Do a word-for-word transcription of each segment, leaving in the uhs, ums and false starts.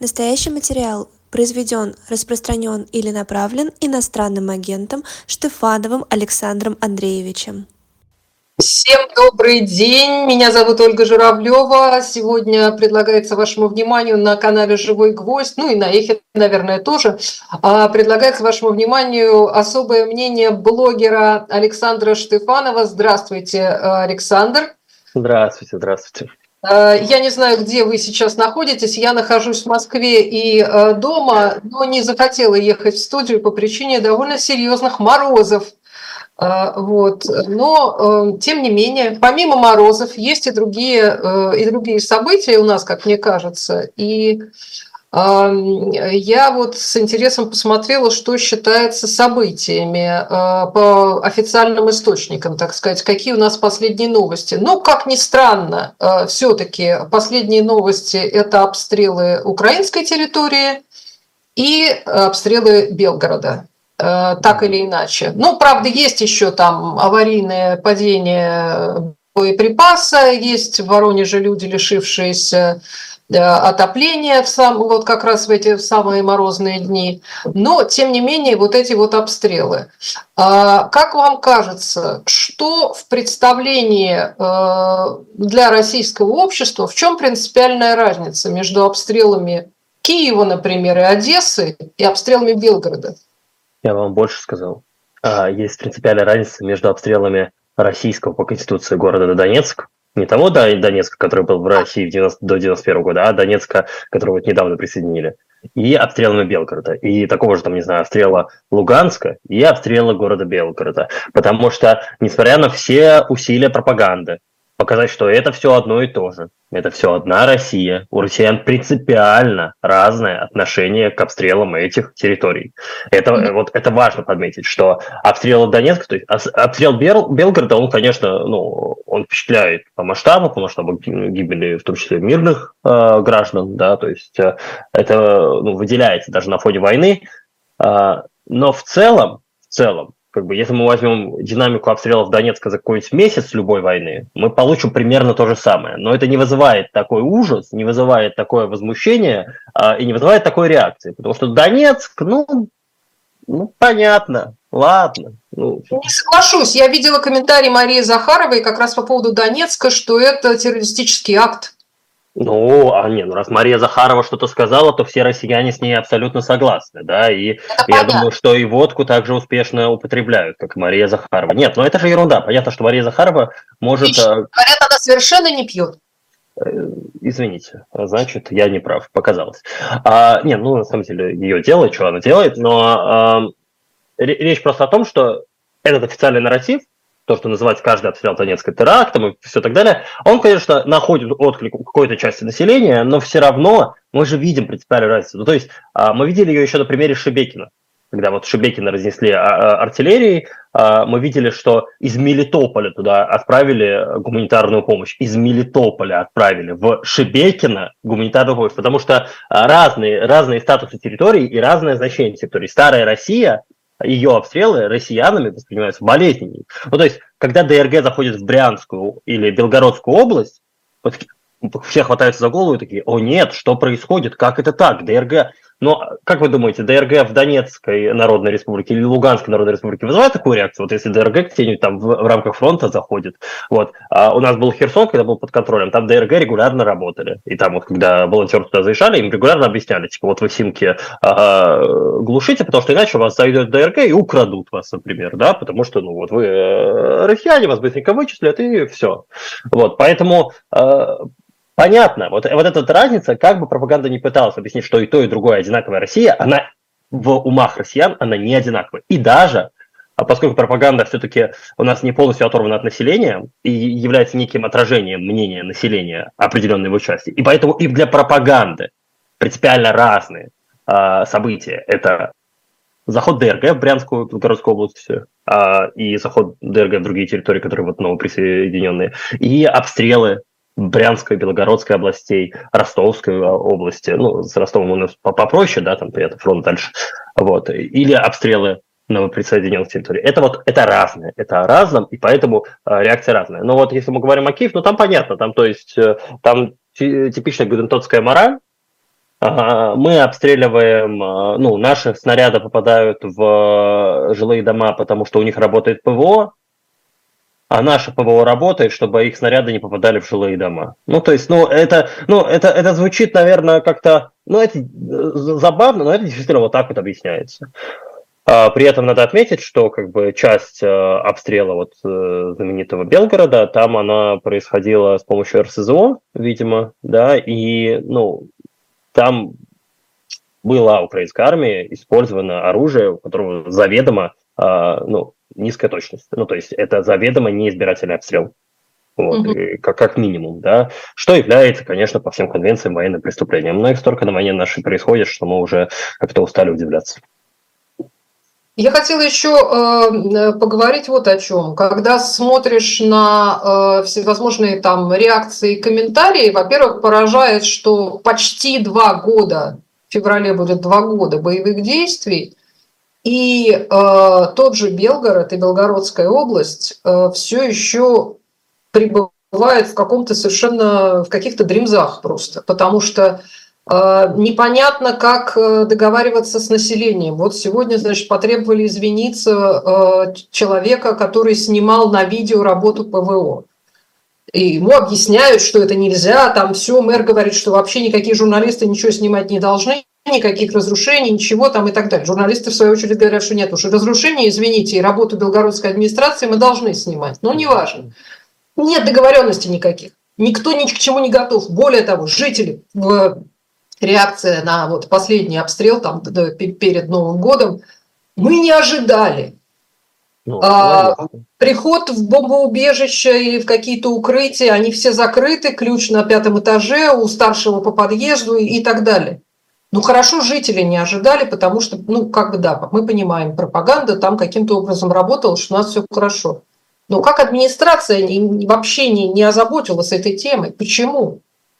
Настоящий материал произведен, распространен или направлен иностранным агентом Штефановым Александром Андреевичем. Всем добрый день, меня зовут Ольга Журавлева. Сегодня предлагается вашему вниманию на канале «Живой гвоздь», ну и на Эхе, наверное, тоже, предлагается вашему вниманию особое мнение блогера Александра Штефанова. Здравствуйте, Александр. Здравствуйте, здравствуйте. Я не знаю, где вы сейчас находитесь. Я нахожусь в Москве и дома, но не захотела ехать в студию по причине довольно серьезных морозов. Вот. Но, тем не менее, помимо морозов, есть и другие, и другие события у нас, как мне кажется. И я вот с интересом посмотрела, что считается событиями по официальным источникам, так сказать, какие у нас последние новости. Но, как ни странно, все-таки последние новости – это обстрелы украинской территории и обстрелы Белгорода. Так или иначе. Ну, правда, есть еще там аварийное падение боеприпаса, есть в Воронеже люди, лишившиеся отопления в сам, вот как раз в эти самые морозные дни. Но, тем не менее, вот эти вот обстрелы. Как вам кажется, что в представлении для российского общества, в чем принципиальная разница между обстрелами Киева, например, и Одессы, и обстрелами Белгорода? Я вам больше сказал. Есть принципиальная разница между обстрелами российского по Конституции города Донецк, не того Донецка, который был в России в девяносто, до девяносто первого года, а Донецка, которого вот недавно присоединили, и обстрелами Белгорода. И такого же, там, не знаю, обстрела Луганска и обстрела города Белгорода. Потому что, несмотря на все усилия пропаганды, показать, что это все одно и то же. Это все одна Россия. У россиян принципиально разное отношение к обстрелам этих территорий. Это, mm-hmm. вот, это важно подметить, что обстрел Донецка, то есть обстрел Бел, Белгорода, он, конечно, ну, он впечатляет по масштабу, по масштабу гибели, в том числе мирных э, граждан, да, то есть э, это ну, выделяется даже на фоне войны. Э, но в целом, в целом, как бы, если мы возьмем динамику обстрелов Донецка за какой-нибудь месяц любой войны, мы получим примерно то же самое. Но это не вызывает такой ужас, не вызывает такое возмущение а, и не вызывает такой реакции. Потому что Донецк, ну, ну понятно, ладно. Ну. Не соглашусь. Я видела комментарий Марии Захаровой как раз по поводу Донецка, что это террористический акт. Ну, а не, ну раз Мария Захарова что-то сказала, то все россияне с ней абсолютно согласны, да, и это я понятно. Думаю, что и водку также успешно употребляют, как и Мария Захарова. Нет, ну это же ерунда, понятно, что Мария Захарова может... Отлично. Говорят, она совершенно не пьет. Извините, значит, я не прав, показалось. А, нет, ну, на самом деле, ее дело, что она делает, но а, речь просто о том, что этот официальный нарратив, то, что называется каждый обстрел Донецка терактом и все так далее, он, конечно, находит отклик у какой-то части населения, но все равно мы же видим принципиальную разницу. Ну, то есть мы видели ее еще на примере Шебекина. Когда вот Шебекина разнесли артиллерией, мы видели, что из Мелитополя туда отправили гуманитарную помощь. Из Мелитополя отправили в Шебекино гуманитарную помощь, потому что разные, разные статусы территорий и разное значение территорий. Старая Россия, ее обстрелы россиянами воспринимаются болезненнее. Ну, то есть, когда ДРГ заходит в Брянскую или Белгородскую область, вот все хватаются за голову и такие: о нет, что происходит, как это так, ДРГ... Но, как вы думаете, ДРГ в Донецкой Народной Республике или Луганской Народной Республике вызывает такую реакцию? Вот если ДРГ где-нибудь там в, в рамках фронта заходит. Вот. А у нас был Херсон, когда был под контролем, там ДРГ регулярно работали. И там вот, когда волонтеры туда заезжали, им регулярно объясняли, типа, вот вы симки а, глушите, потому что иначе у вас зайдет ДРГ и украдут вас, например, да, потому что, ну, вот вы э, россияне, вас быстренько вычислят, и все. Вот, поэтому... Э, Понятно, вот, вот эта разница, как бы пропаганда не пыталась объяснить, что и то, и другое одинаковая Россия, она в умах россиян, она не одинаковая. И даже, поскольку пропаганда все-таки у нас не полностью оторвана от населения и является неким отражением мнения населения определенной его части, и поэтому и для пропаганды принципиально разные э, события. Это заход ДРГ в Брянскую, Белгородскую область э, и заход ДРГ в другие территории, которые вот новоприсоединенные, и обстрелы Брянской, Белгородской областей, Ростовской области, ну, с Ростовом у нас попроще, да, там это фронт дальше, вот, или обстрелы новоприсоединенных территорий. Это вот, это разное, это о разном, и поэтому э, реакция разная. Но вот если мы говорим о Киеве, ну, там понятно, там, то есть, э, там типичная гюдентотская мораль, мы обстреливаем, ну, наши снаряды попадают в жилые дома, потому что у них работает ПВО, а наше ПВО работает, чтобы их снаряды не попадали в жилые дома. Ну, то есть, ну, это, ну, это, это звучит, наверное, как-то, ну, это забавно, но это действительно вот так вот объясняется. При этом надо отметить, что как бы часть обстрела вот знаменитого Белгорода, там она происходила с помощью эр эс зэ о, видимо, да, и, ну, там была украинская армия, использовано оружие, у которого заведомо, ну, низкая точность. Ну, то есть это заведомо неизбирательный обстрел. Вот, угу. и, как, как минимум, да, что является, конечно, по всем конвенциям военным преступлением. Но их столько на войне нашей происходит, что мы уже как-то устали удивляться. Я хотела еще э, поговорить вот о чем. Когда смотришь на э, всевозможные там реакции и комментарии, во-первых, поражает, что почти два года, в феврале будет два года боевых действий, и э, тот же Белгород и Белгородская область э, все еще пребывает в каком-то совершенно, в каких-то дримзах просто, потому что непонятно, как договариваться с населением. Вот сегодня, значит, потребовали извиниться человека, который снимал на видео работу ПВО. И ему объясняют, что это нельзя, там все, мэр говорит, что вообще никакие журналисты ничего снимать не должны, никаких разрушений, ничего там и так далее. Журналисты, в свою очередь, говорят, что нет, уж разрушений, извините, и работу белгородской администрации мы должны снимать. Но неважно. Нет договоренности никаких. Никто ни к чему не готов. Более того, жители в реакция на вот последний обстрел там, перед Новым годом, мы не ожидали. Ну, а, приход в бомбоубежище и в какие-то укрытия, они все закрыты, ключ на пятом этаже, у старшего по подъезду и, и так далее. Ну, хорошо, жители не ожидали, потому что, ну, как бы да, мы понимаем, пропаганда там каким-то образом работала, что у нас все хорошо. Но как администрация не, вообще не, не озаботилась этой темой? Почему?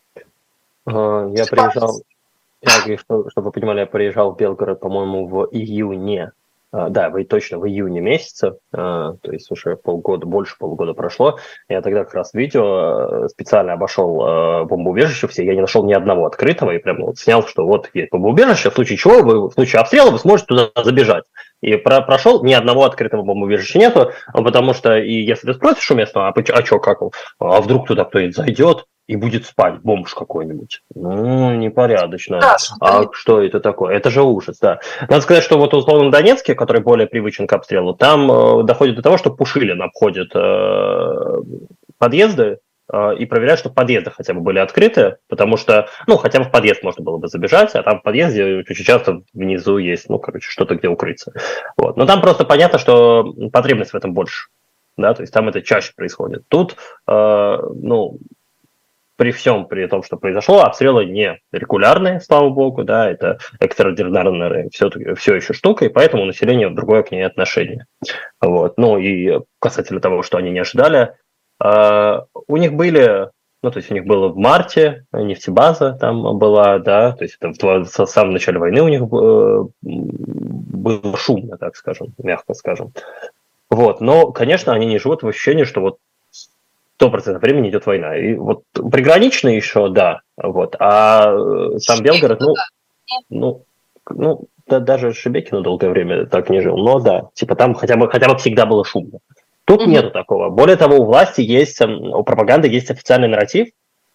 Я приезжал... Я, чтобы вы понимали, я приезжал в Белгород, по-моему, в июне. Да, вы точно в июне месяце, то есть уже полгода, больше полугода прошло. Я тогда как раз видео специально обошел бомбоубежище все, я не нашел ни одного открытого, и прям вот снял, что вот есть бомбоубежище, в случае чего, вы, в случае обстрела вы сможете туда забежать. И про прошел, ни одного открытого бомбоубежища нету, потому что, и если ты спросишь у местного, а, а что, как, а вдруг туда кто-нибудь зайдет и будет спать, бомж какой-нибудь. Ну, непорядочно. Да, а что это такое? Это же ужас, да. Надо сказать, что вот в условном Донецке, который более привычен к обстрелу, там э, доходит до того, что Пушилин обходит э, подъезды э, и проверяет, чтобы подъезды хотя бы были открыты, потому что, ну, хотя бы в подъезд можно было бы забежать, а там в подъезде очень часто внизу есть, ну, короче, что-то, где укрыться. Вот. Но там просто понятно, что потребность в этом больше, да, то есть там это чаще происходит. Тут, э, ну, при всем, при том, что произошло, обстрелы не регулярные, слава богу, да, это экстраординарная все, все еще штука, и поэтому у населения другое к ней отношение. Вот. Ну и касательно того, что они не ожидали, э, у них были, ну то есть у них было в марте нефтебаза там была, да, то есть это в, в самом начале войны у них э, было шумно, так скажем, мягко скажем. Вот. Но, конечно, они не живут в ощущении, что вот сто процентов времени идет война. И вот пригранично еще, да, вот, а сам Белгород, ну, ну, ну да, даже Шебекино долгое время так не жил, но да, типа там хотя бы, хотя бы всегда было шумно. Тут mm-hmm. нету такого. Более того, у власти есть, у пропаганды есть официальный нарратив,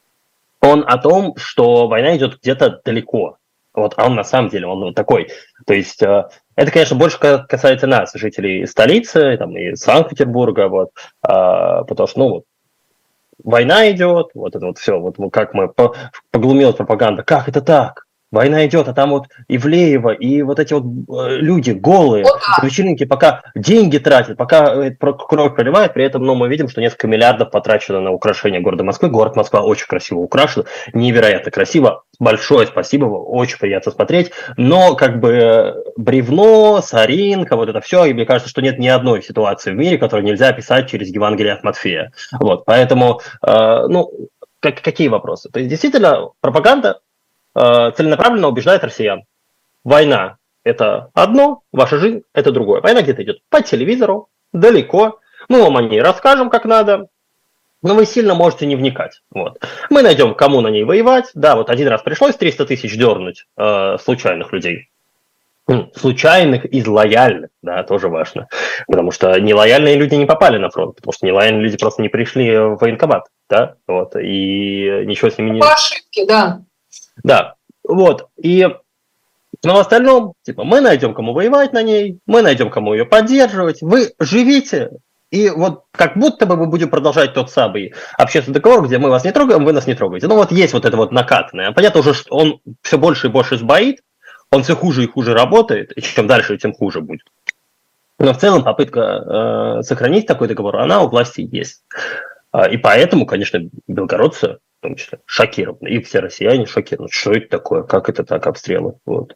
он о том, что война идет где-то далеко. Вот, а он на самом деле, он вот такой. То есть это, конечно, больше касается нас, жителей столицы, там, и Санкт-Петербурга, вот, потому что, ну, война идет, вот это вот все, вот как мы поглумилась пропаганда, как это так? Война идет, а там вот Ивлеева и вот эти вот люди голые, на вечеринке, пока деньги тратят, пока кровь проливает, при этом, ну, мы видим, что несколько миллиардов потрачено на украшение города Москвы. Город Москва очень красиво украшен, невероятно красиво. Большое спасибо, очень приятно смотреть. Но как бы бревно, соринка, вот это все, и мне кажется, что нет ни одной ситуации в мире, которую нельзя описать через Евангелие от Матфея. Вот, поэтому, э, ну, как, какие вопросы? То есть, действительно, пропаганда целенаправленно убеждает россиян. Война – это одно, ваша жизнь – это другое. Война где-то идет по телевизору, далеко. Мы вам о ней расскажем, как надо. но вы сильно можете не вникать. Вот. Мы найдем, кому на ней воевать. Да, вот один раз пришлось триста тысяч дернуть э, случайных людей. Случайных из лояльных, да, тоже важно. Потому что нелояльные люди не попали на фронт, потому что нелояльные люди просто не пришли в военкомат, да, вот, и ничего с ними не... По ошибке, да. Да, вот, и... Но в остальном, типа, мы найдем, кому воевать на ней, мы найдем, кому ее поддерживать, вы живите, и вот как будто бы мы будем продолжать тот самый общественный договор, где мы вас не трогаем, вы нас не трогаете. Ну вот есть вот это вот накатанное. Понятно уже, что он все больше и больше сбоит, он все хуже и хуже работает, и чем дальше, тем хуже будет. Но в целом попытка э, сохранить такой договор, она у власти есть. И поэтому, конечно, белгородцы, в том числе, шокированы, и все россияне шокированы. Что это такое, как это так, обстрелы? Вот.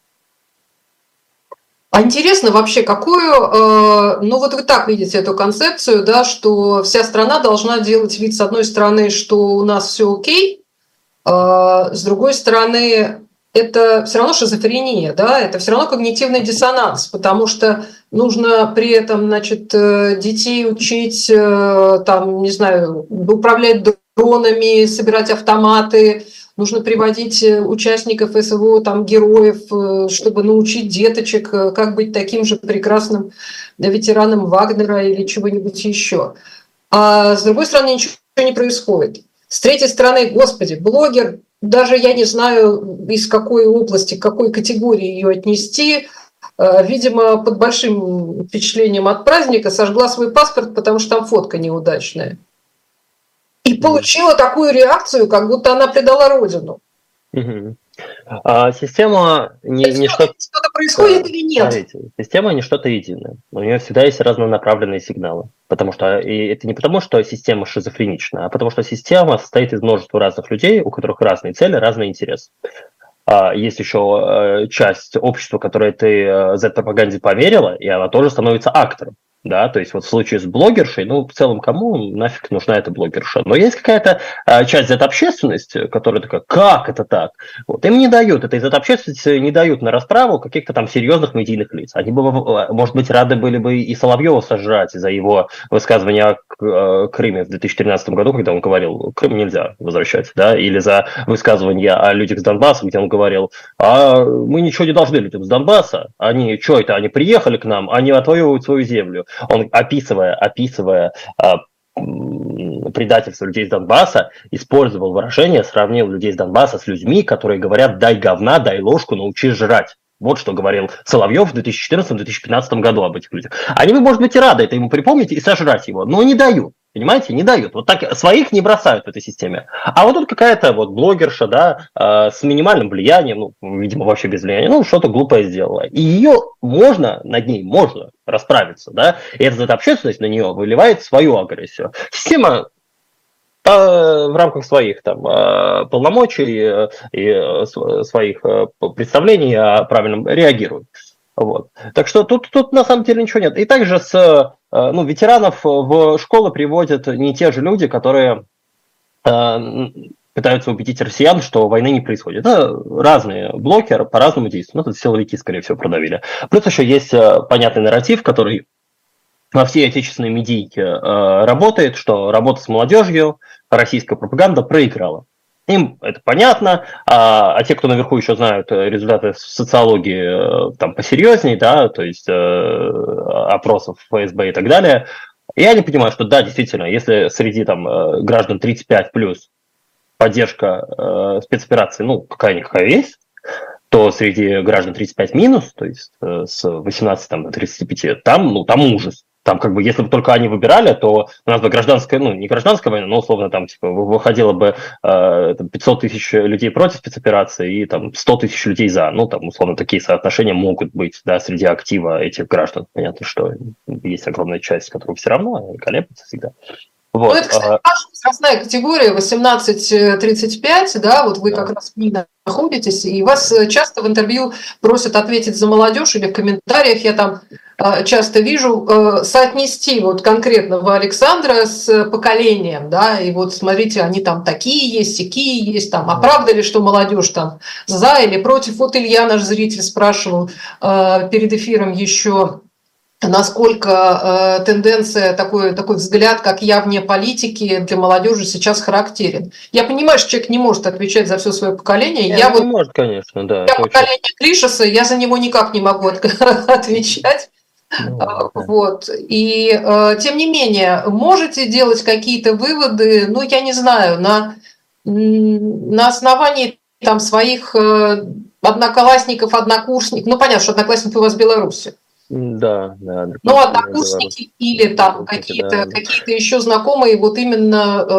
А интересно вообще, какую, э, ну вот вы так видите эту концепцию, да, что вся страна должна делать вид, с одной стороны, что у нас все окей, э, с другой стороны, это все равно шизофрения, да, это все равно когнитивный диссонанс, потому что нужно при этом, значит, детей учить, э, там, не знаю, управлять дронами, собирать автоматы. Нужно приводить участников СВО, там, героев, чтобы научить деточек, как быть таким же прекрасным ветераном Вагнера или чего-нибудь еще. А с другой стороны, ничего не происходит. С третьей стороны, господи, блогер, даже я не знаю, из какой области, к какой категории ее отнести, видимо, под большим впечатлением от праздника сожгла свой паспорт, потому что там фотка неудачная. И получила такую реакцию, как будто она предала родину. Угу. А система не, не что-то... что-то происходит да, или нет? Смотрите, система не что-то единое. У нее всегда есть разнонаправленные сигналы. Потому что и это не потому, что система шизофренична, а потому что система состоит из множества разных людей, у которых разные цели, разные интересы. А есть еще часть общества, которой ты зет-пропаганде поверила, и она тоже становится актором. Да, то есть вот в случае с блогершей, ну, в целом, кому нафиг нужна эта блогерша? Но есть какая-то а, часть зет-общественности, которая такая, как это так? Вот, им не дают, этой зет-общественности не дают на расправу каких-то там серьезных медийных лиц. Они бы, может быть, рады были бы и Соловьева сожрать за его высказывание о Крыме в две тысячи тринадцатом году, когда он говорил, Крым нельзя возвращать, да, или за высказывание о людях с Донбасса, где он говорил, а мы ничего не должны людям с Донбасса, они, что это, они приехали к нам, они отвоевывают свою землю. Он, описывая, описывая а, предательство людей с Донбасса, использовал выражение, сравнил людей с Донбасса с людьми, которые говорят «дай говна, дай ложку, научи жрать». Вот что говорил Соловьев в две тысячи четырнадцатом - две тысячи пятнадцатом году об этих людях. Они бы, может быть, и рады это ему припомнить и сожрать его, но не дают. Понимаете, не дают. Вот так своих не бросают в этой системе. А вот тут какая-то вот блогерша, да, э, с минимальным влиянием, ну, видимо, вообще без влияния, ну, что-то глупое сделала. И ее можно, над ней можно расправиться, да, и эта общественность на нее выливает свою агрессию. Система в рамках своих там полномочий и своих представлений о правильном реагирует. Вот. Так что тут, тут на самом деле ничего нет. И также с ну, ветеранов в школы приводят не те же люди, которые э, пытаются убедить россиян, что войны не происходит. Это разные блогеры по-разному действуют. Ну, тут силовики, скорее всего, продавили. Плюс еще есть понятный нарратив, который во всей отечественной медийке э, работает, что работа с молодежью, российская пропаганда проиграла. Им это понятно, а, а те, кто наверху еще знают результаты социологии э, там посерьезнее, да, то есть э, опросов эф эс бэ и так далее, и они понимают, что да, действительно, если среди там граждан тридцать пять плюс поддержка э, спецоперации, ну, какая-никакая есть, то среди граждан тридцать пять минус, то есть э, с восемнадцати там, до тридцати пяти, там, ну, там ужас. Там, как бы, если бы только они выбирали, то у нас бы гражданская, ну, не гражданская война, но, условно, там, типа, выходило бы э, пятьсот тысяч людей против спецоперации и, там, сто тысяч людей за. Ну, там, условно, такие соотношения могут быть, да, среди актива этих граждан. Понятно, что есть огромная часть, которая все равно колеблется всегда. Вот. Ну, это, кстати, ваша возрастная категория восемнадцать тридцать пять, да, вот вы да. как раз в ней находитесь, и вас часто в интервью просят ответить за молодежь или в комментариях, я там часто вижу, соотнести вот конкретного Александра с поколением, да, и вот смотрите, они там такие есть, сякие есть, там, а правда ли, что молодежь там за или против? Вот Илья, наш зритель, спрашивал перед эфиром еще, насколько э, тенденция, такой, такой взгляд, как я вне политики, для молодежи сейчас характерен. Я понимаю, что человек не может отвечать за все свое поколение. Не, я ну, вот, не может, конечно, да. я это поколение очень... Кришеса, я за него никак не могу отвечать. Ну, ладно, да. Вот. И э, тем не менее, можете делать какие-то выводы, ну, я не знаю, на, на основании там, своих э, одноклассников, однокурсников. Ну, понятно, что одноклассники у вас в Беларуси. Да, да. Ну, однокурсники или там какие-то, да. какие-то еще знакомые, вот именно э,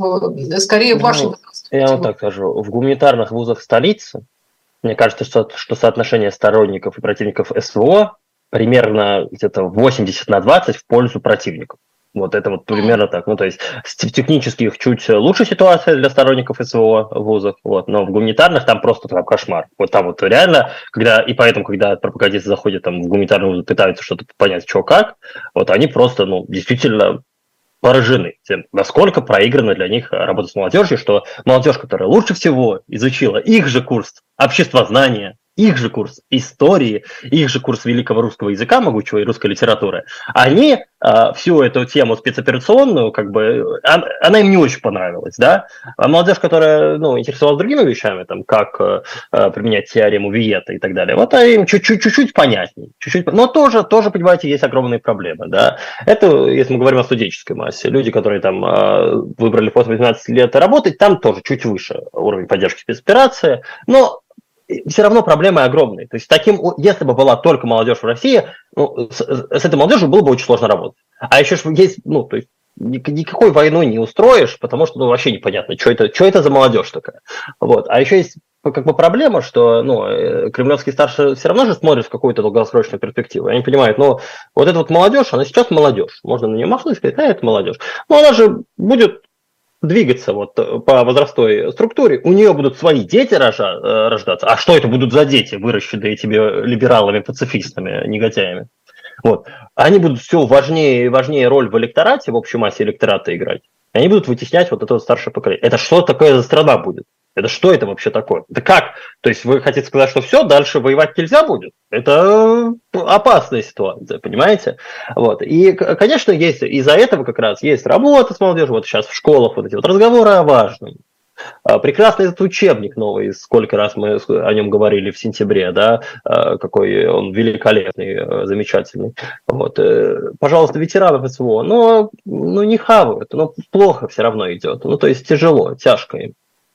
в, скорее в вашей... Ну, я вам так скажу, в гуманитарных вузах столицы, мне кажется, что, что соотношение сторонников и противников СВО примерно где-то восемьдесят на двадцать в пользу противников. Вот это вот примерно так. Ну, то есть в технических чуть лучше ситуация для сторонников СВО в вузах, вот, но в гуманитарных там просто там кошмар. Вот там вот реально, когда, и поэтому, когда пропагандисты заходят там в гуманитарный вуз, пытаются что-то понять, что как, вот они просто, ну, действительно поражены тем, насколько проиграна для них работа с молодежью, что молодежь, которая лучше всего изучила их же курс обществознания, их же курс истории, их же курс великого русского языка, могучего и русской литературы, они э, всю эту тему спецоперационную, как бы, она, она им не очень понравилась, да. А молодежь, которая, ну, интересовалась другими вещами, там, как э, применять теорему Виета и так далее, вот им чуть-чуть, чуть-чуть понятней, чуть-чуть, но тоже, тоже, понимаете, есть огромные проблемы, да. Это, если мы говорим о студенческой массе, люди, которые там э, выбрали после восемнадцати лет работать, там тоже чуть выше уровень поддержки спецоперации, но все равно проблемы огромные. То есть таким, если бы была только молодежь в России, ну, с, с этой молодежью было бы очень сложно работать. А еще есть, ну, то есть никакой войной не устроишь, потому что, ну, вообще непонятно, что это, что это за молодежь такая. Вот. А еще есть как бы проблема, что, ну, кремлевские старшие все равно же смотрят в какую-то долгосрочную перспективу. Они понимают, ну, вот эта вот молодежь, она сейчас молодежь. Можно на нее махнуть и сказать, да, это молодежь. Но она же будет двигаться вот по возрастной структуре, у нее будут свои дети рожа, рождаться. А что это будут за дети, выращенные тебе либералами, пацифистами, негодяями? Вот. Они будут все важнее и важнее роль в электорате, в общей массе электората играть. И они будут вытеснять вот это вот старшее поколение. Это что такое за страна будет? Это что это вообще такое? Это как? То есть вы хотите сказать, что все, дальше воевать нельзя будет? Это опасная ситуация, понимаете? Вот. И, конечно, есть из-за этого как раз есть работа с молодежью. Вот сейчас в школах вот эти вот разговоры о важном. Прекрасный этот учебник новый, сколько раз мы о нем говорили в сентябре, да, какой он великолепный, замечательный. Вот. Пожалуйста, ветеранов СВО, но ну, не хавают, но плохо все равно идет. Ну, то есть тяжело, тяжко им.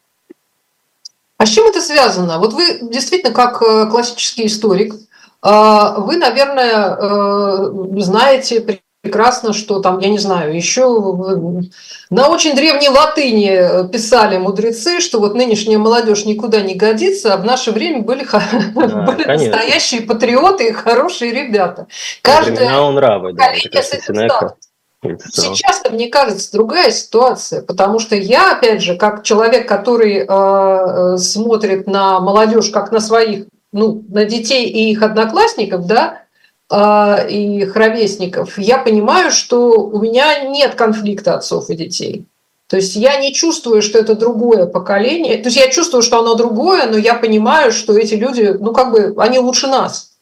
А с чем это связано? Вот вы действительно, как классический историк, вы, наверное, знаете прекрасно, что там, я не знаю, еще на очень древней латыни писали мудрецы, что вот нынешняя молодежь никуда не годится, а в наше время были, да, были настоящие патриоты и хорошие ребята. Каждое поколение с этим сталкивается. Сейчас, мне кажется, другая ситуация, потому что я, опять же, как человек, который э, смотрит на молодежь как на своих, ну, на детей и их одноклассников, да, э, и их ровесников, я понимаю, что у меня нет конфликта отцов и детей. То есть я не чувствую, что это другое поколение. То есть я чувствую, что оно другое, но я понимаю, что эти люди, ну, как бы, они лучше нас.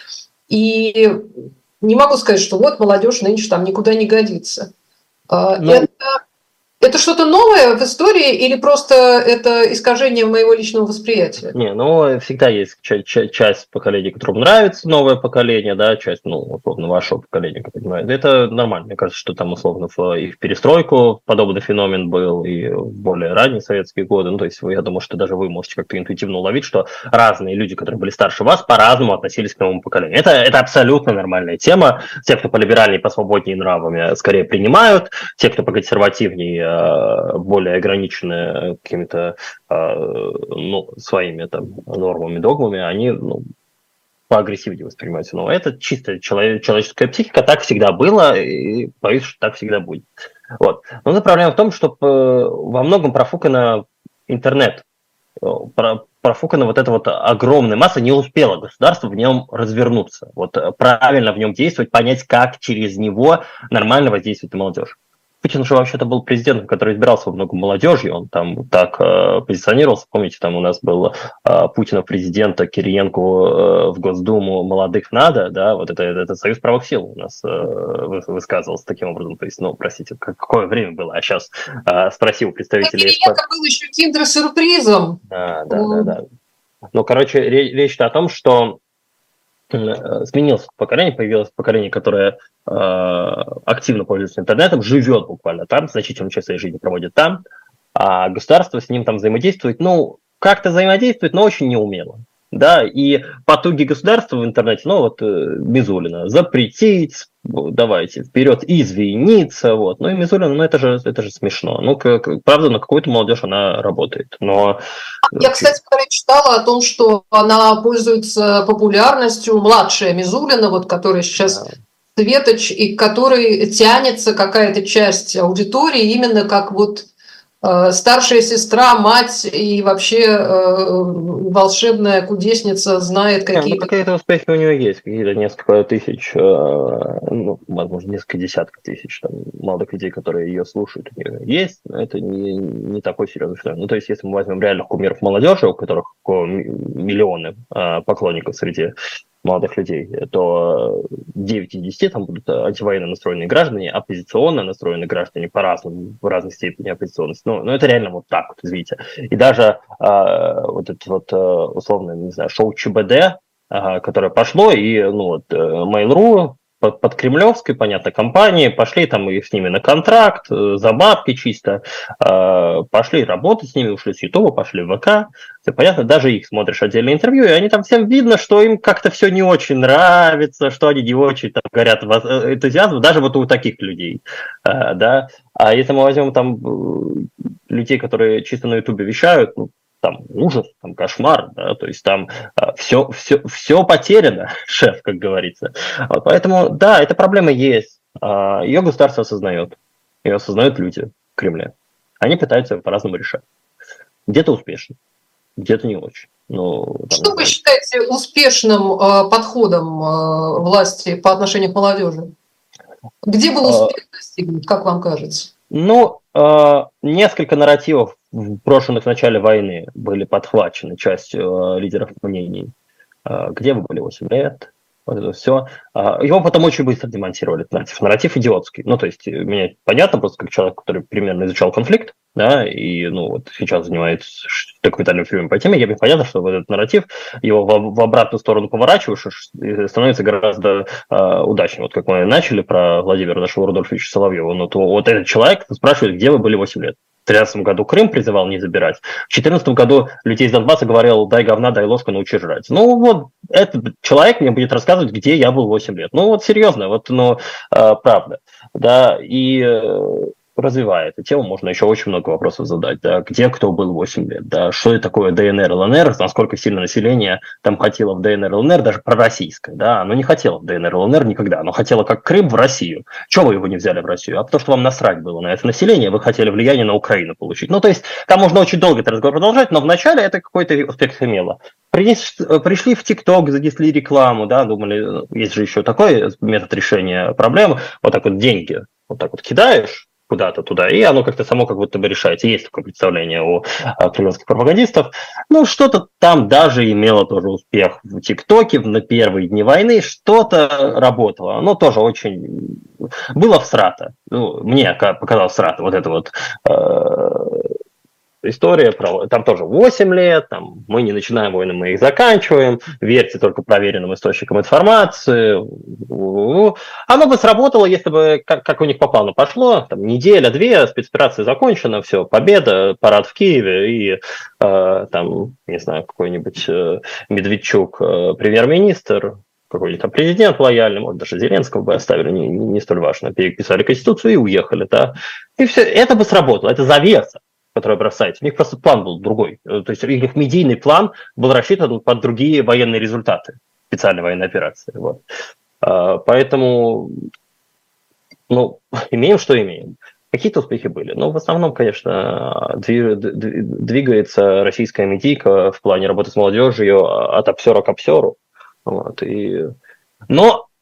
И не могу сказать, что вот молодежь нынче там никуда не годится. Но... Это, это что-то новое в истории или просто это искажение моего личного восприятия? Не, ну всегда есть часть, часть поколения, которым нравится новое поколение, да, часть, ну, условно, вашего поколения, как понимаю. Это нормально. Мне кажется, что там, условно, и в перестройку подобный феномен был, и в более ранние советские годы. Ну, то есть я думаю, что даже вы можете как-то интуитивно уловить, что разные люди, которые были старше вас, по-разному относились к новому поколению. Это, это абсолютно нормальная тема. Те, кто полиберальнее, посвободнее нравами, скорее принимают. Те, кто поконсервативнее, более ограничены какими-то ну, своими там нормами, догмами, они ну, поагрессивнее воспринимают все новое. Это чисто человеческая психика, так всегда было, и боюсь, что так всегда будет. Вот. Но проблема в том, что во многом профукано интернет, профукана вот эта вот огромная масса, не успело государство в нем развернуться, вот правильно в нем действовать, понять, как через него нормально воздействует на молодежь. Путин же вообще-то был президентом, который избирался во много молодежью, он там так э, позиционировался. Помните, там у нас был э, Путина президента, Кириенко э, в Госдуму «Молодых надо», да, вот это, это союз правых сил у нас э, высказывался таким образом. То есть, ну, простите, какое время было, а сейчас э, спросил представителей... Кириенко был еще киндер-сюрпризом. Да, да, да, да. Ну, короче, речь-то о том, что сменилось поколение, появилось поколение, которое э, активно пользуется интернетом, живет буквально там, значительную часть своей жизни проводит там, а государство с ним там взаимодействует, ну, как-то взаимодействует, но очень неумело. Да, и потуги государства в интернете, ну, вот Мизулина, запретить, давайте, вперед, извиниться, вот. Ну, и Мизулина, ну, это же, это же смешно. Ну, как, правда, на какую-то молодежь она работает, но... Я, кстати, читала о том, что она пользуется популярностью, младшая Мизулина, вот, которая сейчас светоч, и к которой тянется какая-то часть аудитории, именно как вот старшая сестра, мать и вообще э, волшебная кудесница знает какие-то... Ну, какие-то успехи у нее есть, какие-то несколько тысяч, э, ну, возможно, несколько десятков тысяч там, молодых людей, которые ее слушают, у нее есть, но это не, не такой серьезный феномен. Ну, то есть, если мы возьмем реальных кумиров молодежи, у которых миллионы э, поклонников среди молодых людей, то девять из десяти там будут антивоенно настроенные граждане, оппозиционно настроенные граждане по-разному, в разной степени оппозиционности. Ну, ну, это реально вот так вот, извините. И даже э, вот это вот, э, условно, не знаю, шоу ЧБД, э, которое пошло, и, ну, вот, э, Mail.ru под, под кремлевской, понятно, компании, пошли там и с ними на контракт, э, за бабки чисто, э, пошли работать с ними, ушли с Ютуба, пошли в ВК. Все понятно, даже их смотришь отдельные интервью, и они там всем видно, что им как-то все не очень нравится, что они не очень там горят энтузиазмом, даже вот у таких людей, э, да. А если мы возьмем там людей, которые чисто на Ютубе вещают, ну, там ужас, там кошмар, да, то есть там э, все, все, все потеряно, шеф, как говорится. Вот, поэтому, да, эта проблема есть. Э, ее государство осознает, ее осознают люди в Кремле. Они пытаются ее по-разному решать. Где-то успешно, где-то не очень. Ну, там, что вы считаете успешным э, подходом э, власти по отношению к молодежи? Где был успех достигнут, как вам кажется? Ну, э, несколько нарративов, брошенных в начале войны, были подхвачены частью э, лидеров мнений. Э, где вы были восемь лет? Вот это все. Э, его потом очень быстро демонтировали, этот нарратив. Нарратив идиотский. Ну, то есть, мне понятно, просто как человек, который примерно изучал конфликт, да, и, ну, вот сейчас занимается документальным фильмом по теме, я бы понятно, что вот этот нарратив, его в, в обратную сторону поворачиваешь, становится гораздо э, удачнее. Вот как мы начали про Владимира нашего Рудольфовича Соловьева, ну, то вот этот человек спрашивает, где вы были восемь лет. В тринадцатом году Крым призывал не забирать. В четырнадцатом году людей из Донбасса говорил, дай говна, дай ложку, научи жрать. Ну вот этот человек мне будет рассказывать, где я был восемь лет. Ну вот серьезно, вот, ну, э, правда. Да, и... Э, развивая эту тему, можно еще очень много вопросов задать. Да, где кто был восемь лет, да, что это такое ДНР, ЛНР, насколько сильно население там хотело в ДНР, ЛНР, даже пророссийское, да, оно не хотело в ДНР, ЛНР никогда, оно хотело как Крым в Россию. Чего вы его не взяли в Россию? А потому что вам насрать было на это население, вы хотели влияние на Украину получить. Ну, то есть, там можно очень долго этот разговор продолжать, но вначале это какой-то успех имело. Пришли в ТикТок, занесли рекламу, да, думали, есть же еще такой метод решения проблемы, вот так вот деньги, вот так вот кидаешь, куда-то туда, и оно как-то само как будто бы решается. Есть такое представление у кремлевских пропагандистов. Ну, что-то там даже имело тоже успех в ТикТоке на первые дни войны, что-то работало. Оно тоже очень... Было всрато. Ну, мне показалось всрато. Вот это вот... История про... Там тоже восемь лет, там, мы не начинаем войны, мы их заканчиваем, верьте только проверенным источникам информации. Оно бы сработало, если бы, как, как у них по плану пошло, там, неделя-две, спецоперация закончена, все, победа, парад в Киеве, и э, там, не знаю, какой-нибудь э, Медведчук, э, премьер-министр, какой-нибудь там президент лояльный, может, даже Зеленского бы оставили, не, не столь важно, переписали Конституцию и уехали, да. И все, это бы сработало, это завеса, который бросается. У них просто план был другой. То есть их медийный план был рассчитан под другие военные результаты специальной военной операции. Вот. Поэтому, ну, имеем, что имеем. Какие-то успехи были. Но в основном, конечно, двигается российская медийка в плане работы с молодежью от обсера к обсеру. Вот. И... Но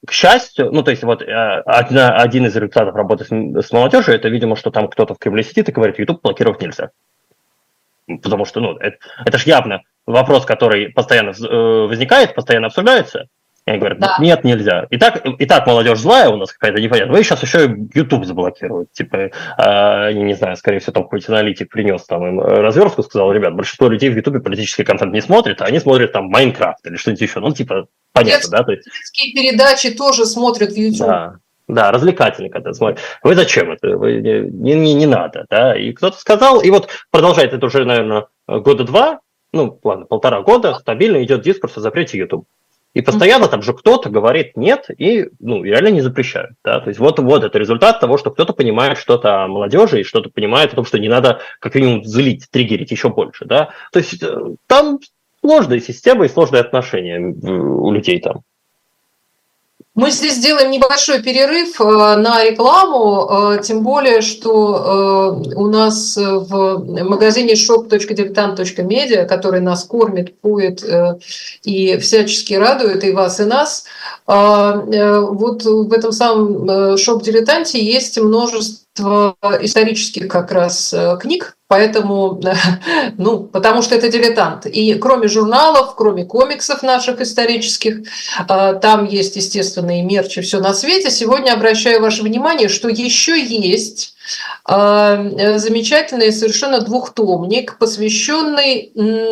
к счастью, ну, то есть вот одна, один из результатов работы с, с молодежью, это, видимо, что там кто-то в Кремле сидит и говорит, YouTube блокировать нельзя. Потому что, ну, это, это же явно вопрос, который постоянно э, возникает, постоянно обсуждается. И они говорят, да. Нет, нельзя. И так, и так молодежь злая у нас какая-то непонятная. Вы сейчас еще и YouTube заблокируют. Типа, э, я не знаю, скорее всего, там какой-то аналитик принес там им разверстку, сказал, ребят, большинство людей в YouTube политический контент не смотрят, а они смотрят там Майнкрафт или что-нибудь еще. Ну, типа, понятно, детские, да? То есть... Детские передачи тоже смотрят в YouTube. Да. Да, развлекательный контент. Смотрите, вы зачем это? Вы, не, не, не надо, да? И кто-то сказал, и вот продолжает это уже, наверное, года два, ну, ладно, полтора года, стабильно идет дискурс о запрете YouTube. И постоянно там же кто-то говорит нет, и, ну, реально не запрещают, да? То есть вот, вот это результат того, что кто-то понимает что-то о молодежи, и что-то понимает о том, что не надо как минимум злить, триггерить еще больше, да? То есть там сложная система и сложные отношения у людей там. Мы здесь сделаем небольшой перерыв на рекламу, тем более, что у нас в магазине шоп точка дилетант точка медиа, который нас кормит, поет и всячески радует и вас, и нас, вот в этом самом шоп-дилетанте есть множество исторических как раз книг, поэтому, ну, потому что это дилетант. И кроме журналов, кроме комиксов наших исторических, там есть, естественно, и мерч, и все на свете. Сегодня обращаю ваше внимание, что еще есть замечательный совершенно двухтомник, посвященный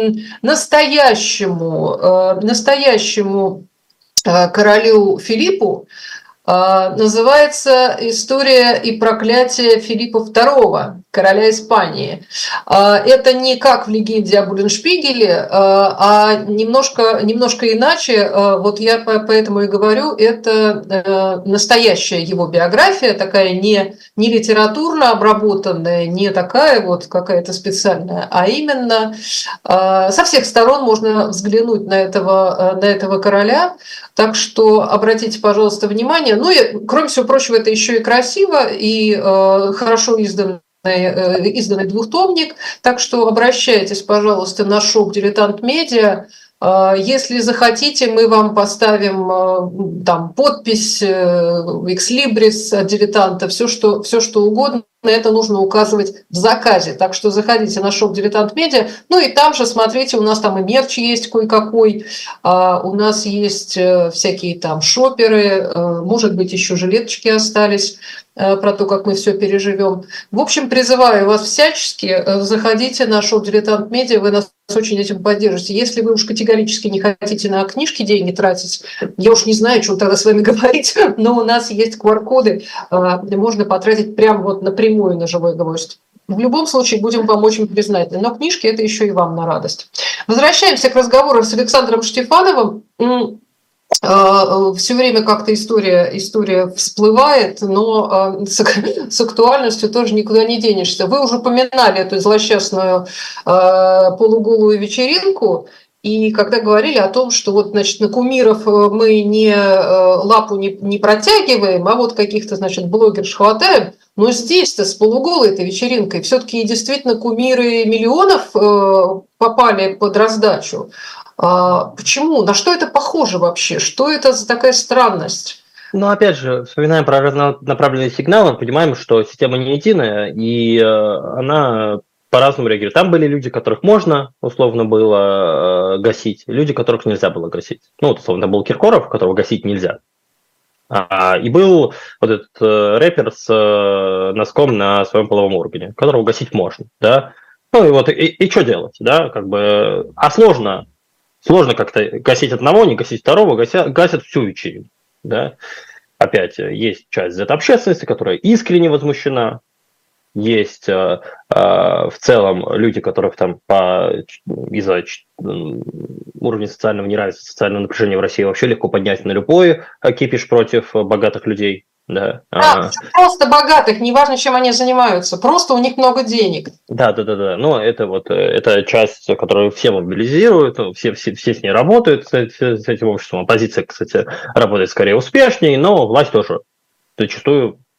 настоящему, настоящему королю Филиппу. Называется «История и проклятие Филиппа второго, короля Испании». Это не как в легенде об Улленшпигеле, а немножко, немножко иначе. Вот я поэтому и говорю, это настоящая его биография, такая не, не литературно обработанная, не такая вот какая-то специальная, а именно со всех сторон можно взглянуть на этого, на этого короля. Так что обратите, пожалуйста, внимание. Ну и, кроме всего прочего, это еще и красиво, и э, хорошо изданный, э, изданный двухтомник. Так что обращайтесь, пожалуйста, на шоп «Дилетант Медиа». Э, если захотите, мы вам поставим э, там подпись, э, экслибрис от «Дилетанта», все что, все что угодно. Это нужно указывать в заказе. Так что заходите на шоп «Дилетант Медиа». Ну и там же, смотрите, у нас там и мерч есть кое-какой. А, у нас есть всякие там шоперы. А, может быть, еще жилеточки остались а, про то, как мы все переживем. В общем, призываю вас всячески. Заходите на шоп «Дилетант Медиа». Вы нас очень этим поддержите. Если вы уж категорически не хотите на книжки деньги тратить, я уж не знаю, что тогда с вами говорить, но у нас есть ку ар-коды. А, можно потратить прямо вот напрямую на живой гвоздь. В любом случае будем вам очень признательны. Но книжки – это еще и вам на радость. Возвращаемся к разговору с Александром Штефановым. Все время как-то история, история всплывает, но с, с актуальностью тоже никуда не денешься. Вы уже упоминали эту злосчастную полуголую вечеринку. И когда говорили о том, что вот, значит, на кумиров мы не лапу не, не протягиваем, а вот каких-то, значит, блогерш хватаем, но здесь-то с полуголой этой вечеринкой все-таки действительно кумиры миллионов попали под раздачу. Почему? На что это похоже вообще? Что это за такая странность? Ну, опять же, вспоминаем про разнонаправленные сигналы, понимаем, что система не единая, и она по-разному реагирует. Там были люди, которых можно, условно, было гасить, люди, которых нельзя было гасить. Ну, вот, условно, был Киркоров, которого гасить нельзя. А, и был вот этот э, рэпер с э, носком на своем половом органе, которого гасить можно, да. Ну, и вот, и, и что делать, да, как бы, а сложно, сложно как-то гасить одного, не гасить второго, гасят, гасят всю вечеринку, да. Опять есть часть Z-общественности, которая искренне возмущена. Есть э, э, в целом люди, которых там по, из-за э, уровня социального неравенства, социального напряжения в России вообще легко поднять на любой кипиш против богатых людей. Да, да а, просто богатых, неважно, чем они занимаются, просто у них много денег. Да, да, да, да. Но это вот это часть, которую все мобилизируют, все, все, все с ней работают, с, с этим обществом. Оппозиция, кстати, работает скорее успешнее, но власть тоже зачастую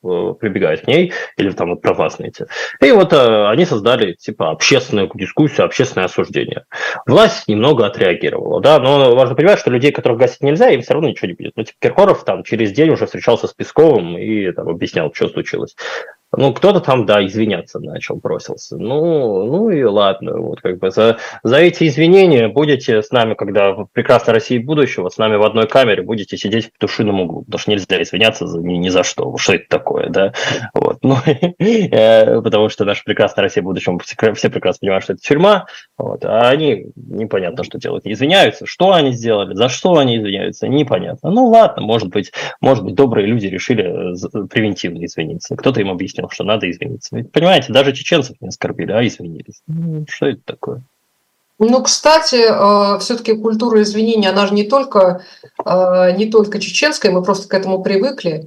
прибегает к ней, или там вот про власть найти. И вот э, они создали типа общественную дискуссию, общественное осуждение. Власть немного отреагировала, да, но важно понимать, что людей, которых гасить нельзя, им все равно ничего не будет. Ну, типа Киркоров там через день уже встречался с Песковым и там объяснял, что случилось. Ну, кто-то там, да, извиняться начал, бросился. Ну, ну и ладно, вот как бы за, за эти извинения будете с нами, когда в прекрасной России будущего, с нами в одной камере будете сидеть в петушином углу, потому что нельзя извиняться за, ни, ни за что, что это такое, да, вот, ну, потому что наша прекрасная Россия будущего, все прекрасно понимают, что это тюрьма, вот, а они непонятно, что делают, не извиняются, что они сделали, за что они извиняются, непонятно. Ну, ладно, может быть, может быть, добрые люди решили превентивно извиниться, кто-то им объяснил, что надо извиниться. Ведь, понимаете, даже чеченцев не оскорбили, а извинились. Ну, что это такое? Ну, кстати, все-таки культура извинения, она же не только, не только чеченская, мы просто к этому привыкли.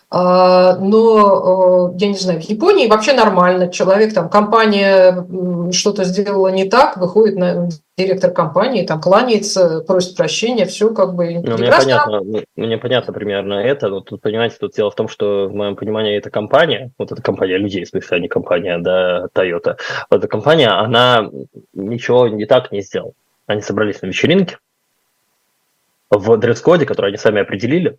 Но, я не знаю, в Японии вообще нормально. Человек, там, компания что-то сделала не так, выходит на директор компании, там, кланяется, просит прощения, все как бы ну, мне понятно, мне понятно примерно это. Но тут, понимаете, тут дело в том, что, в моем понимании, эта компания, вот эта компания людей, в смысле, а не компания, да, Toyota, вот эта компания, она ничего не так не сделала. Они собрались на вечеринке в дресс-коде, который они сами определили,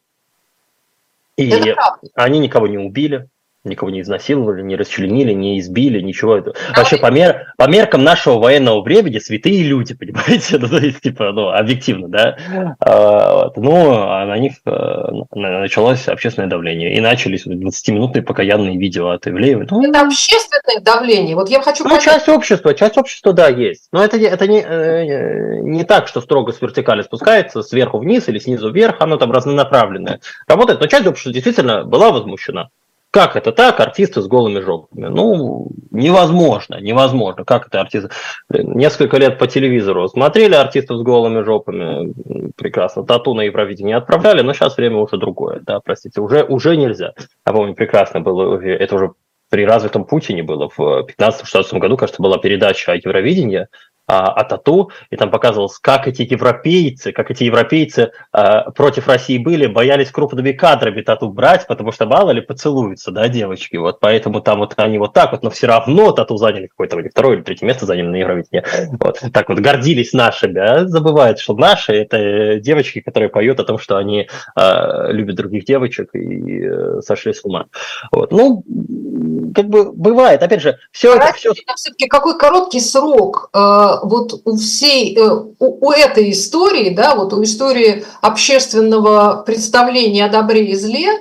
и они никого не убили, никого не изнасиловали, не расчленили, не избили, ничего этого. А вообще по, мер, по меркам нашего военного времени святые люди, понимаете, ну, то есть, типа, ну, объективно, да. А, вот. Ну, а на них а, началось общественное давление, и начались двадцатиминутные покаянные видео от Ивлеева. Ну, это общественное давление. Вот я хочу ну, понять. часть общества, часть общества, да, есть. Но это, это не, не так, что строго с вертикали спускается, сверху вниз или снизу вверх, оно там разнонаправленное. Работает, но часть общества действительно была возмущена. Как это так, артисты с голыми жопами? Ну, невозможно, невозможно. Как это артисты? Несколько лет по телевизору смотрели артистов с голыми жопами, прекрасно. Тату на Евровидении отправляли, но сейчас время уже другое, да, простите, уже, уже нельзя. Я помню, прекрасно было, это уже при развитом Путине было, в пятнадцатом-шестнадцатом году, кажется, была передача о Евровидении, о тату, и там показывалось, как эти европейцы, как эти европейцы э, против России были, боялись крупными кадрами тату брать, потому что мало ли поцелуются, да, девочки, вот, поэтому там вот они вот так вот, но все равно тату заняли какое-то или второе, или третье место заняли на Евровидении, вот, так вот гордились нашими, а забывают, что наши это девочки, которые поют о том, что они э, любят других девочек и э, сошли с ума, вот, ну, как бы бывает, опять же, все это, все... Все-таки какой короткий срок вот у всей, у, у этой истории, да, вот у истории общественного представления о добре и зле,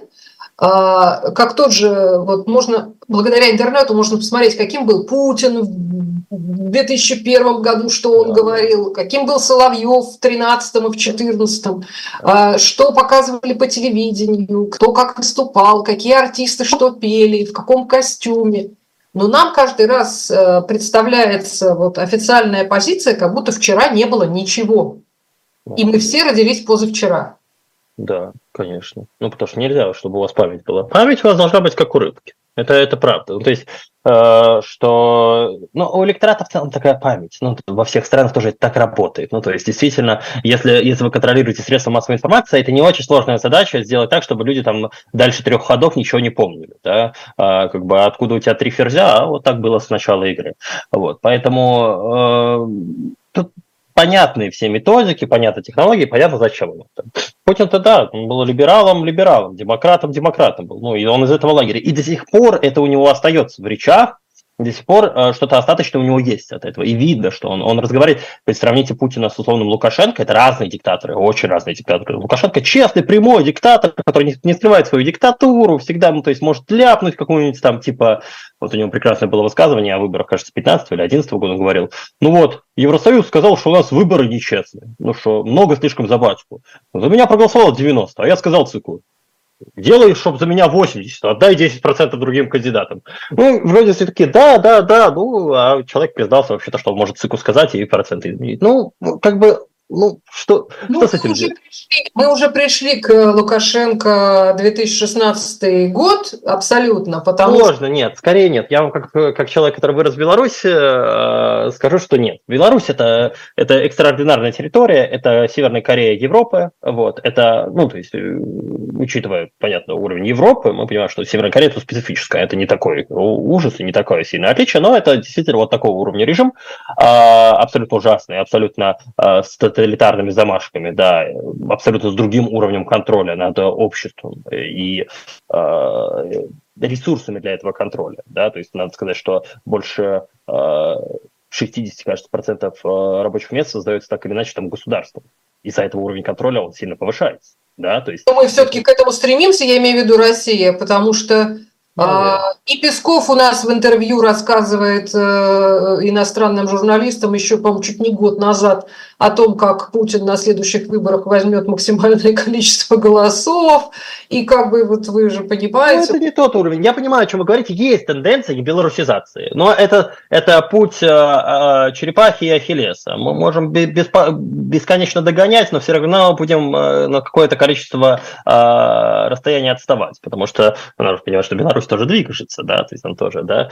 как тот же, вот можно, благодаря интернету можно посмотреть, каким был Путин в две тысячи первом году, что он да. говорил, каким был Соловьев в тринадцатом и в четырнадцатом, что показывали по телевидению, кто как выступал, какие артисты что пели, в каком костюме. Но нам каждый раз представляется вот официальная позиция, как будто вчера не было ничего. И мы все родились позавчера. Да, конечно. Ну, потому что нельзя, чтобы у вас память была. Память у вас должна быть как у рыбки. Это, это правда. Ну, то есть, э, что... Ну, у электората в целом такая память. Ну, во всех странах тоже это так работает. Ну, то есть, действительно, если, если вы контролируете средства массовой информации, это не очень сложная задача сделать так, чтобы люди там дальше трех ходов ничего не помнили. Да? А, как бы откуда у тебя три ферзя, а вот так было с начала игры. Вот. Поэтому э, тут понятны все методики, понятны технологии, понятно, зачем он это. Путин-то, да, он был либералом, либералом, демократом, демократом был. Ну, и он из этого лагеря. И до сих пор это у него остается в речах, до сих пор э, что-то остаточное у него есть от этого. И видно, что он, он разговаривает. То есть сравните Путина с условным Лукашенко, это разные диктаторы, очень разные диктаторы. Лукашенко честный, прямой диктатор, который не, не скрывает свою диктатуру, всегда, ну, то есть может ляпнуть какую-нибудь там, типа, вот у него прекрасное было высказывание о выборах, кажется, пятнадцатого или одиннадцатого года, он говорил, ну вот, Евросоюз сказал, что у нас выборы нечестные, ну что, много слишком за батьку. За меня проголосовало девяносто, а я сказал циклу. Делай, чтобы за меня восемьдесят, отдай десять процентов другим кандидатам. Ну, вроде все такие, да, да, да, ну, а человек признался вообще-то, что он может цику сказать и проценты изменить. Ну, как бы ну, что, Ну, что с мы этим уже, делать? пришли, мы уже пришли к Лукашенко две тысячи шестнадцатый год абсолютно, потому что... Сложно, нет, скорее нет. Я вам как, как человек, который вырос в Беларуси, э, скажу, что нет. Беларусь это, это экстраординарная территория, это Северная Корея Европы, вот, это, ну, то есть, э, учитывая, понятно, уровень Европы, мы понимаем, что Северная Корея это специфическая, это не такой ужас и не такое сильное отличие, но это действительно вот такого уровня режим, э, абсолютно ужасный, абсолютно э, с тоталитарными замашками, да, абсолютно с другим уровнем контроля над обществом и э, ресурсами для этого контроля, да, то есть надо сказать, что больше э, шестьдесят, кажется, процентов рабочих мест создается так или иначе там государством. Из-за этого уровень контроля он сильно повышается, да, то есть... Мы все-таки к этому стремимся, я имею в виду Россия, потому что а, и Песков у нас в интервью рассказывает э, иностранным журналистам еще, по-моему, чуть не год назад о том, как Путин на следующих выборах возьмет максимальное количество голосов, и как бы вот вы же понимаете... Ну, это не тот уровень. Я понимаю, о чем вы говорите. Есть тенденция к белорусизации, но это, это путь э, э, черепахи и ахиллеса. Мы можем без, бесконечно догонять, но все равно будем э, на какое-то количество э, расстояния отставать, потому что ну, надо понимать, что Беларусь тоже движется, да, то есть он тоже, да,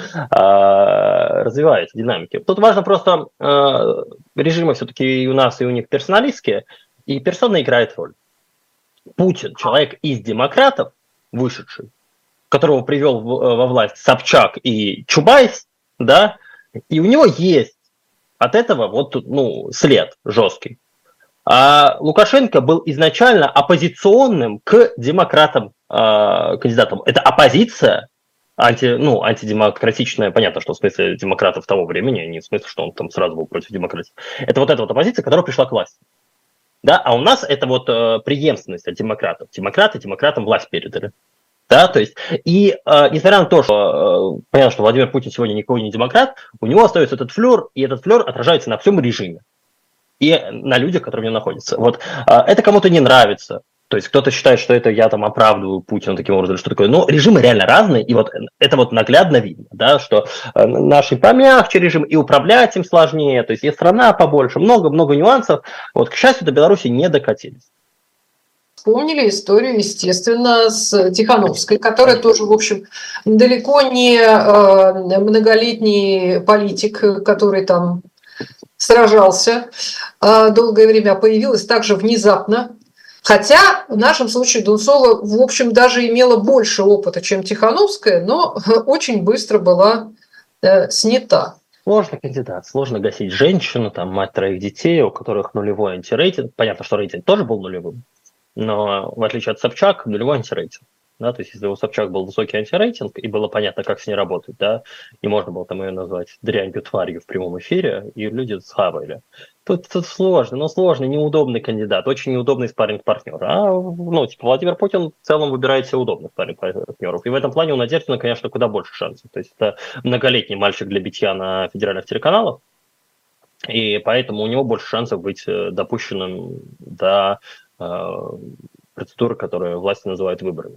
э, развивается, динамики. Тут важно просто э, режимы все-таки и у нас, и у них персоналистские, и персона играет роль. Путин, человек из демократов, вышедший, которого привел во власть Собчак и Чубайс, да, и у него есть от этого вот, ну, след жесткий. А Лукашенко был изначально оппозиционным к демократам э, кандидатам. Это оппозиция, анти, ну, антидемократичная, понятно, что в смысле демократов того времени, не в смысле, что он там сразу был против демократии. Это вот эта вот оппозиция, которая пришла к власти. Да, а у нас это вот э, преемственность от демократов. Демократы демократам власть передали. Да, то есть, и э, несмотря на то, что э, понятно, что Владимир Путин сегодня никакой не демократ, у него остается этот флер, и этот флер отражается на всем режиме и на людях, которые в нем находятся. Вот э, это кому-то не нравится. То есть кто-то считает, что это я там оправдываю Путина таким образом, что такое. Но режимы реально разные, и вот это вот наглядно видно, да, что э, наш помягче режим, и управлять им сложнее, то есть есть страна побольше, много-много нюансов. Вот, к счастью, до Беларуси не докатились. Вспомнили историю, естественно, с Тихановской, которая тоже, в общем, далеко не многолетний политик, который там сражался долгое время, появилась также внезапно. Хотя в нашем случае Дунцова, в общем, даже имела больше опыта, чем Тихановская, но очень быстро была снята. Сложный кандидат, сложно гасить женщину, там, мать троих детей, у которых нулевой антирейтинг. Понятно, что рейтинг тоже был нулевым. Но в отличие от Собчак, нулевой антирейтинг. Да, то есть если у Собчак был высокий антирейтинг, и было понятно, как с ней работать, да, и можно было там ее назвать дрянью, тварью в прямом эфире, и люди схавали. Тут, тут сложно, но сложный, неудобный кандидат, очень неудобный спарринг-партнер. А, ну, типа, Владимир Путин в целом выбирает себе удобных спарринг-партнеров. И в этом плане у Надеждина, конечно, куда больше шансов. То есть это многолетний мальчик для битья на федеральных телеканалах, и поэтому у него больше шансов быть допущенным до процедуры, которые власти называют выборами.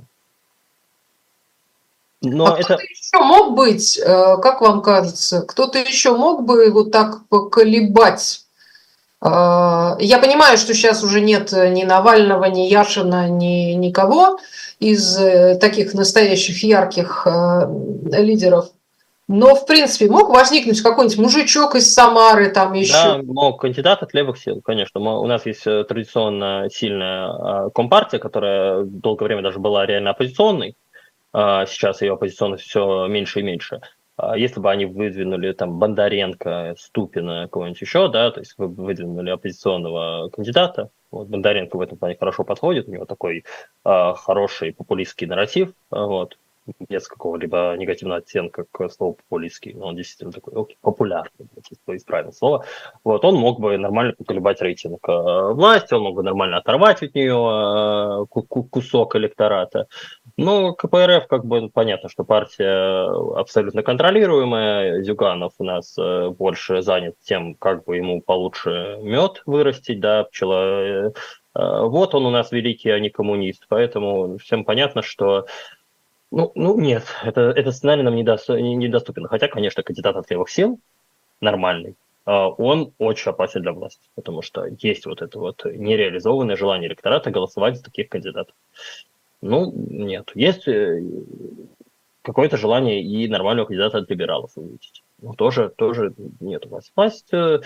Но а это... кто-то еще мог быть, как вам кажется, кто-то еще мог бы вот так поколебать? Я понимаю, что сейчас уже нет ни Навального, ни Яшина, ни никого из таких настоящих ярких лидеров. Но, в принципе, мог возникнуть какой-нибудь мужичок из Самары там еще? Да, мог кандидат от левых сил, конечно. У нас есть традиционно сильная компартия, которая долгое время даже была реально оппозиционной. Сейчас ее оппозиционность все меньше и меньше. Если бы они выдвинули там Бондаренко, Ступина, кого-нибудь еще, да, то есть выдвинули оппозиционного кандидата, вот Бондаренко в этом плане хорошо подходит, у него такой э, хороший популистский нарратив, вот, без какого-либо негативного оттенка к слову популистский, но он действительно такой окей, популярный, если исправить слово. Вот, он мог бы нормально поколебать рейтинг э, власти, он мог бы нормально оторвать от нее э, кусок электората. Но КПРФ, как бы, понятно, что партия абсолютно контролируемая. Зюганов у нас э, больше занят тем, как бы ему получше мед вырастить, да, пчела. Э, вот он у нас великий, а не коммунист. Поэтому всем понятно, что Ну, ну нет, это, этот сценарий нам недоступен. Хотя, конечно, кандидат от левых сил нормальный. он очень опасен для власти, потому что есть вот это вот нереализованное желание электората голосовать за таких кандидатов. Ну, нет. Есть какое-то желание и нормального кандидата от либералов увидеть. Ну, тоже, тоже нет у вас. Власть э,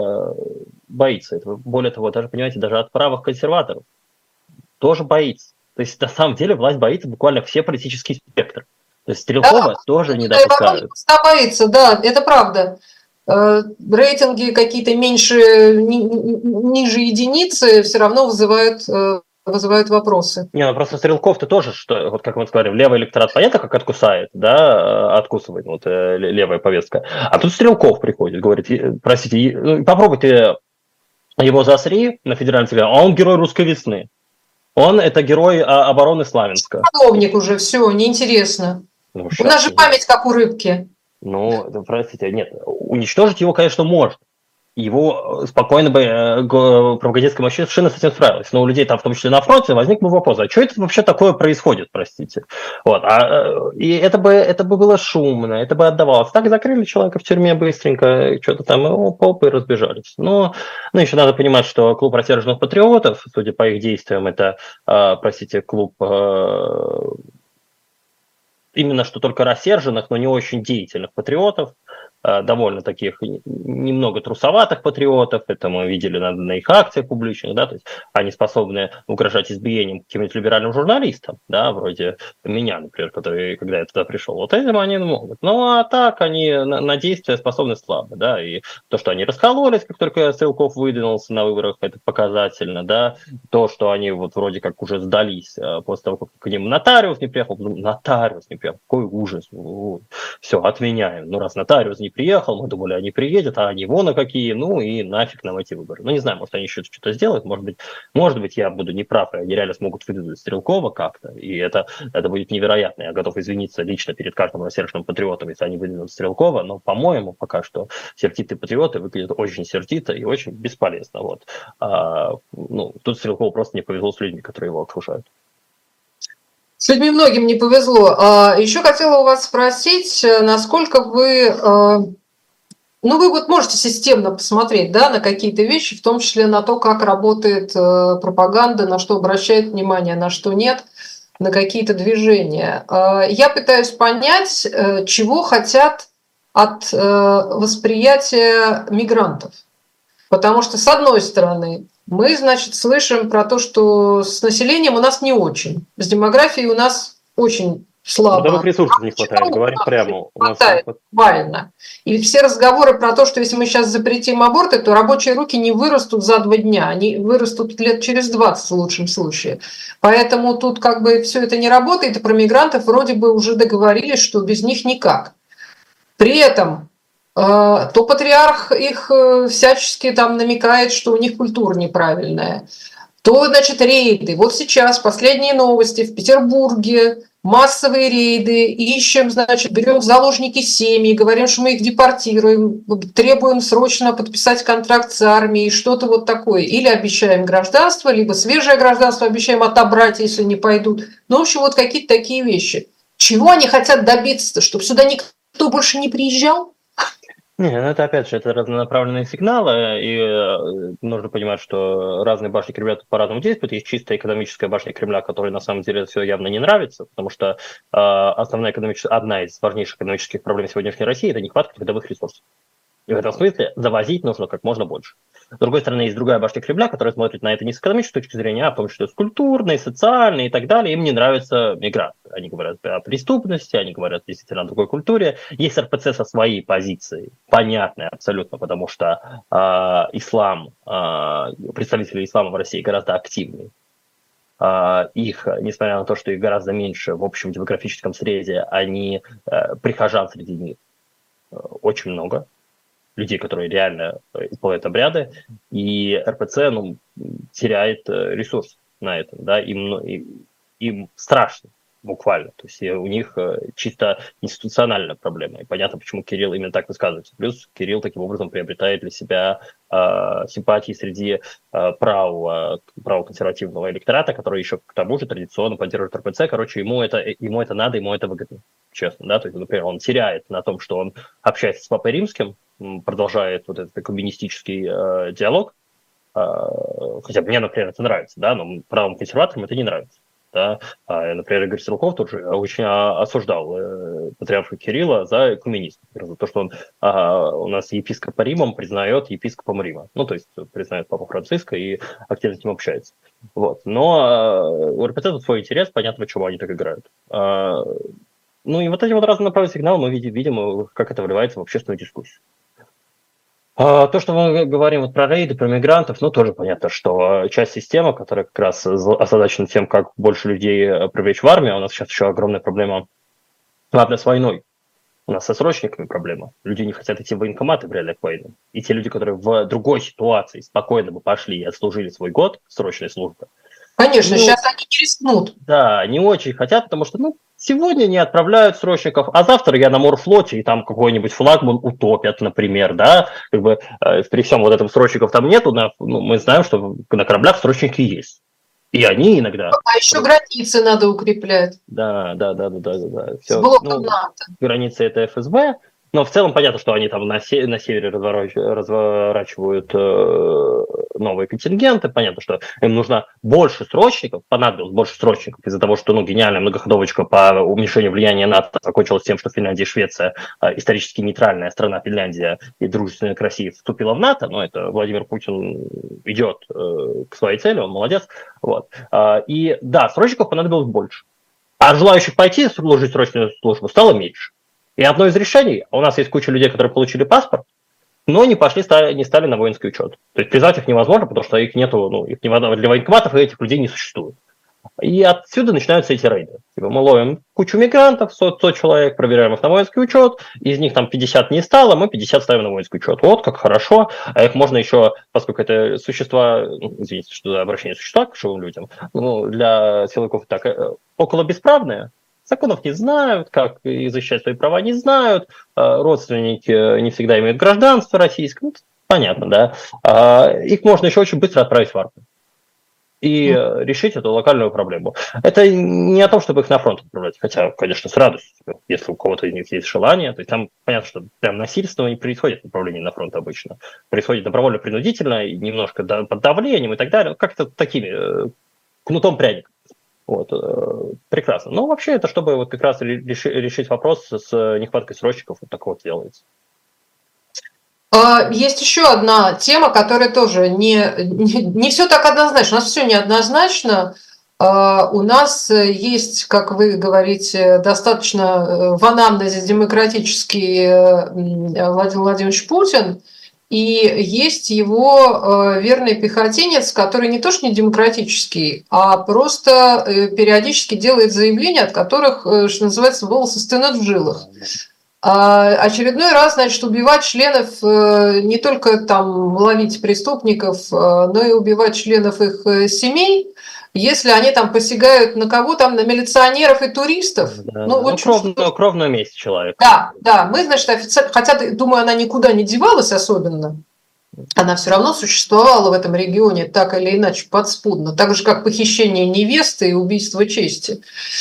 боится этого. Более того, даже, понимаете, даже от правых консерваторов тоже боится. То есть, на самом деле, власть боится буквально все политические спектры. То есть, Стрелкова да, тоже не допускают. Да, боится, да, это правда. Рейтинги какие-то меньше, ни, ниже единицы все равно вызывают, вызывают вопросы. Не, ну просто Стрелков-то тоже, что, вот как мы говорим, левый электорат понятно, как откусает, да, откусывает вот левая повестка. А тут Стрелков приходит, говорит, простите, попробуйте его засри на федеральном телевидении, а он герой русской весны. Он это герой обороны Славянска. Садовник уже, все, неинтересно. Ну, у нас же память как у рыбки. Ну, простите, нет, уничтожить его, конечно, можно. Его спокойно бы э, пропагандистская машина с этим справилась. Но у людей там, в том числе на фронте, возник бы вопрос, а что это вообще такое происходит, простите? Вот. А, и это бы, это бы было шумно, это бы отдавалось. Так закрыли человека в тюрьме быстренько, что-то там, оп, оп, и разбежались. Но ну, еще надо понимать, что клуб рассерженных патриотов, судя по их действиям, это, э, простите, клуб... Э, именно что только рассерженных, но не очень деятельных патриотов, довольно таких немного трусоватых патриотов, это мы видели на, на их акциях публичных, да, то есть они способны угрожать избиением каким-нибудь либеральным журналистам, да, вроде меня, например, который, когда я туда пришел, вот этим они могут. Ну, а так они на, на действия способны слабо, да, и то, что они раскололись, как только Стрелков выдвинулся на выборах, это показательно, да, то, что они вот вроде как уже сдались после того, как к ним нотариус не приехал, нотариус не приехал, какой ужас, все, отменяем, ну, раз нотариус не приехал, мы думали, они приедут, а они вон на какие, ну и нафиг нам эти выборы. Ну, не знаю, может, они еще что-то сделают, может быть, может быть, я буду неправ, и они реально смогут выдвинуть Стрелкова как-то, и это, это будет невероятно. Я готов извиниться лично перед каждым рассерженным патриотом, если они выдвинут Стрелкова, но, по-моему, пока что сердитые патриоты выглядят очень сердито и очень бесполезно. Вот. А, ну, тут Стрелкову просто не повезло с людьми, которые его окружают. С людьми многим не повезло. Еще хотела у вас спросить, насколько вы, ну вы вот можете системно посмотреть, да, на какие-то вещи, в том числе на то, как работает пропаганда, на что обращает внимание, на что нет, на какие-то движения. Я пытаюсь понять, чего хотят от восприятия мигрантов. Потому что, с одной стороны, мы, значит, слышим про то, что с населением у нас не очень, с демографией у нас очень слабо. Трудовых ресурсов не хватает, говорим прямо. Не хватает, буквально. И все разговоры про то, что если мы сейчас запретим аборты, то рабочие руки не вырастут за два дня, они вырастут лет через двадцать в лучшем случае. Поэтому тут как бы все это не работает, и про мигрантов вроде бы уже договорились, что без них никак. При этом то патриарх их всячески там намекает, что у них культура неправильная, то, значит, рейды. Вот сейчас последние новости в Петербурге, массовые рейды, ищем, значит, берем в заложники семьи, говорим, что мы их депортируем, требуем срочно подписать контракт с армией, что-то вот такое. Или обещаем гражданство, либо свежее гражданство обещаем отобрать, если не пойдут. Ну, в общем, вот какие-то такие вещи. Чего они хотят добиться-то? Чтобы сюда никто больше не приезжал? Не, ну это опять же, это разнонаправленные сигналы, и э, нужно понимать, что разные башни Кремля по-разному действуют. Есть чисто экономическая башня Кремля, которой на самом деле все явно не нравится, потому что э, основная экономическая, одна из важнейших экономических проблем сегодняшней России – это нехватка трудовых ресурсов. И в этом смысле завозить нужно как можно больше. С другой стороны, есть другая башня Кремля, которая смотрит на это не с экономической точки зрения, а в том числе с культурной, социальной и так далее. Им не нравится миграция. Они говорят о преступности, они говорят действительно о другой культуре. Есть эр пэ цэ со своей позицией, понятной абсолютно, потому что э, ислам, э, представители ислама в России гораздо активнее. Э, их, несмотря на то, что их гораздо меньше в общем демографическом среде, они, э, прихожан среди них э, очень много. Людей, которые реально исполняют обряды, и эр пэ цэ ну, теряет ресурс на этом, да, им, им, им страшно, буквально. То есть у них чисто институциональная проблема. И понятно, почему Кирилл именно так высказывается. Плюс Кирилл таким образом приобретает для себя э, симпатии среди э, правого, правоконсервативного электората, который еще к тому же традиционно поддерживает эр пэ цэ. Короче, ему это, ему это надо, ему это выгодно, честно. Да? То есть, например, он теряет на том, что он общается с Папой Римским, продолжает вот этот экуменистический э, диалог, э, хотя мне, например, это нравится, да, но правым консерваторам это не нравится. Да? А, например, Игорь Стрелков тоже очень осуждал э, патриарха Кирилла за экуменизм, за то, что он а, у нас епископа Римом признает епископом Рима, ну, то есть признает Папу Франциска и активно с ним общается. Вот. Но э, у эр пэ цэ тут свой интерес, понятно, почему они так играют. А, ну и вот эти вот разнонаправленные сигналы мы видим, видим, как это вливается в общественную дискуссию. А, то, что мы говорим вот про рейды, про мигрантов, ну, тоже понятно, что часть системы, которая как раз озадачена тем, как больше людей привлечь в армию, у нас сейчас еще огромная проблема, ладно, с войной. У нас со срочниками проблема. Люди не хотят идти в военкоматы в реальных войнах. И те люди, которые в другой ситуации спокойно бы пошли и отслужили свой год срочной службы. Конечно, ну, сейчас они не рискнут. Да, не очень хотят, потому что, ну, сегодня не отправляют срочников, а завтра я на морфлоте, и там какой-нибудь флагман утопят, например, да, как бы э, при всем вот этом срочников там нету, на, ну, мы знаем, что на кораблях срочники есть. И они иногда... А еще границы надо укреплять. Да, да, да, да, да, да. Все. С блоком ну, НАТО. Границы это эф эс бэ, но в целом понятно, что они там на, се- на севере разворачивают, разворачивают э, новые контингенты. Понятно, что им нужно больше срочников, понадобилось больше срочников из-за того, что ну, гениальная многоходовочка по уменьшению влияния НАТО закончилась тем, что Финляндия и Швеция, э, исторически нейтральная страна Финляндия и дружественная к России, вступила в НАТО. Но это Владимир Путин идет э, к своей цели, он молодец. Вот. Э, и да, срочников понадобилось больше. А желающих пойти служить срочную службу стало меньше. И одно из решений, у нас есть куча людей, которые получили паспорт, но не пошли, не стали на воинский учет. То есть призвать их невозможно, потому что их нету, ну, их не, для военкоматов этих людей не существует. И отсюда начинаются эти рейды. Типа мы ловим кучу мигрантов, сто, сто человек, проверяем их на воинский учет, из них там пятьдесят не стало, мы пятьдесят ставим на воинский учет. Вот как хорошо. А их можно еще, поскольку это существа, извините, что за обращение существа к живым людям, ну, для силовиков так, около бесправные, законов не знают, как защищать свои права не знают, родственники не всегда имеют гражданство российское, ну, понятно, да. Их можно еще очень быстро отправить в армию и решить эту локальную проблему. Это не о том, чтобы их на фронт отправлять, хотя, конечно, с радостью, если у кого-то из них есть желание. То есть там понятно, что прям насильственно не происходит направление на фронт обычно. Происходит добровольно-принудительно, немножко под давлением и так далее, как-то такими кнутом пряником. Вот, прекрасно. Но вообще это чтобы вот как раз реши, решить вопрос с нехваткой срочников, вот так вот делается. Есть еще одна тема, которая тоже не, не, не все так однозначно. У нас все неоднозначно. У нас есть, как вы говорите, достаточно в анамнезе демократический Владимир Владимирович Путин, и есть его верный пехотинец, который не то что не демократический, а просто периодически делает заявления, от которых, что называется, волосы стынут в жилах. Очередной раз, значит, убивать членов, не только там ловить преступников, но и убивать членов их семей, если они там посягают на кого там, на милиционеров и туристов. Да, ну, вот ну, кровную, кровную месть человека. Да, да, мы, значит, официально, хотя, думаю, она никуда не девалась особенно, она все равно существовала в этом регионе так или иначе подспудно, так же, как похищение невесты и убийство чести.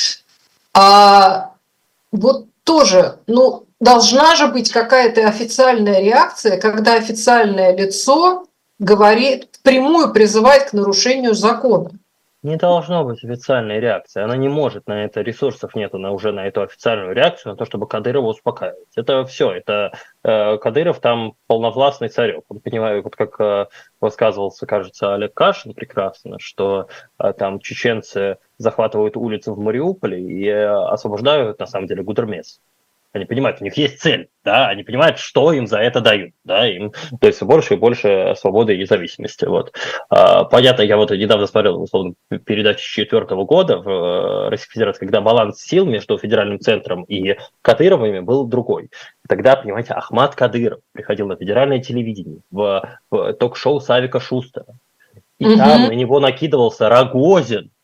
А вот тоже, ну, должна же быть какая-то официальная реакция, когда официальное лицо говорит, впрямую призывает к нарушению закона. Не должно быть официальной реакции. Она не может на это, ресурсов нету на, уже на эту официальную реакцию, на то, чтобы Кадырова успокаивать. Это все. Это э, Кадыров там полновластный царек. Он понимает, вот как э, высказывался, кажется, Олег Кашин прекрасно, что э, там чеченцы захватывают улицы в Мариуполе и э, освобождают, на самом деле, Гудермес. Они понимают, у них есть цель, да, они понимают, что им за это дают, да, им, то есть больше и больше свободы и независимости, вот. А, понятно, я вот недавно смотрел, условно, передачу две тысячи четвёртого года в Российской Федерации, когда баланс сил между федеральным центром и Кадыровыми был другой. И тогда, понимаете, Ахмат Кадыров приходил на федеральное телевидение, в, в ток-шоу Савика Шустера, и угу. там на него накидывался Рогозин,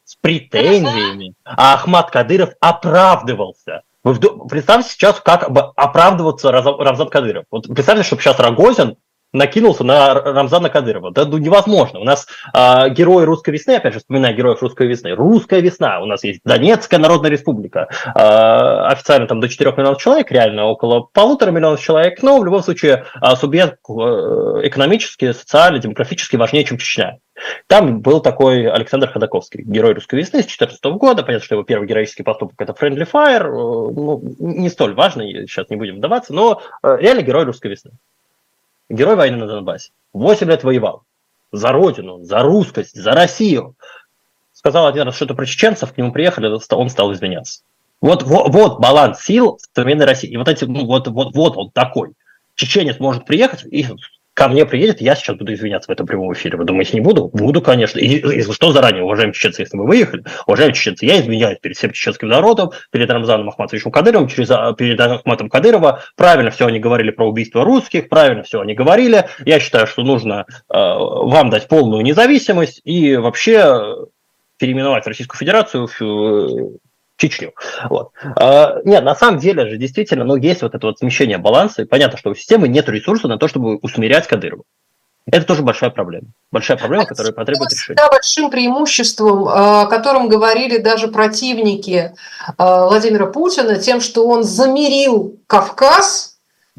с претензиями, а Ахмад Кадыров оправдывался. Вы вд... представьте сейчас, как бы оправдываться Рамзан Кадыров. Вот представьте, чтобы сейчас Рогозин накинулся на Рамзана Кадырова. Да ну, невозможно. У нас э, герои русской весны, опять же, вспоминая героев русской весны, русская весна, у нас есть Донецкая Народная Республика, э, официально там до четырёх миллионов человек, реально около полутора миллионов человек, но в любом случае э, субъект э, экономически, социально, демографически важнее, чем Чечня. Там был такой Александр Ходаковский, герой русской весны с две тысячи четырнадцатого года. Понятно, что его первый героический поступок – это Friendly Fire, э, ну, не столь важный, сейчас не будем вдаваться, но э, реально герой русской весны. Герой войны на Донбассе. Восемь лет воевал. За родину, за русскость, за Россию. Сказал один раз что-то про чеченцев, к нему приехали, он стал извиняться. Вот, вот, вот баланс сил в современной России. И вот, эти, ну, вот, вот, вот он такой. Чеченец может приехать и ко мне приедет, я сейчас буду извиняться в этом прямом эфире. Вы думаете, не буду? Буду, конечно. И, если что, заранее, уважаемые чеченцы, если вы выехали, уважаемые чеченцы, я извиняюсь перед всем чеченским народом, перед Рамзаном Ахматовичем Кадыровым, через, перед Ахматом Кадырова. Правильно все они говорили про убийство русских, правильно все они говорили. Я считаю, что нужно э, вам дать полную независимость и вообще переименовать Российскую Федерацию в Чечню. Вот. А, нет, на самом деле же действительно, ну, есть вот это вот смещение баланса, и понятно, что у системы нет ресурса на то, чтобы усмирять Кадырова. Это тоже большая проблема. Большая проблема, которая потребует решения. Это большим преимуществом, о котором говорили даже противники Владимира Путина, тем, что он замирил Кавказ,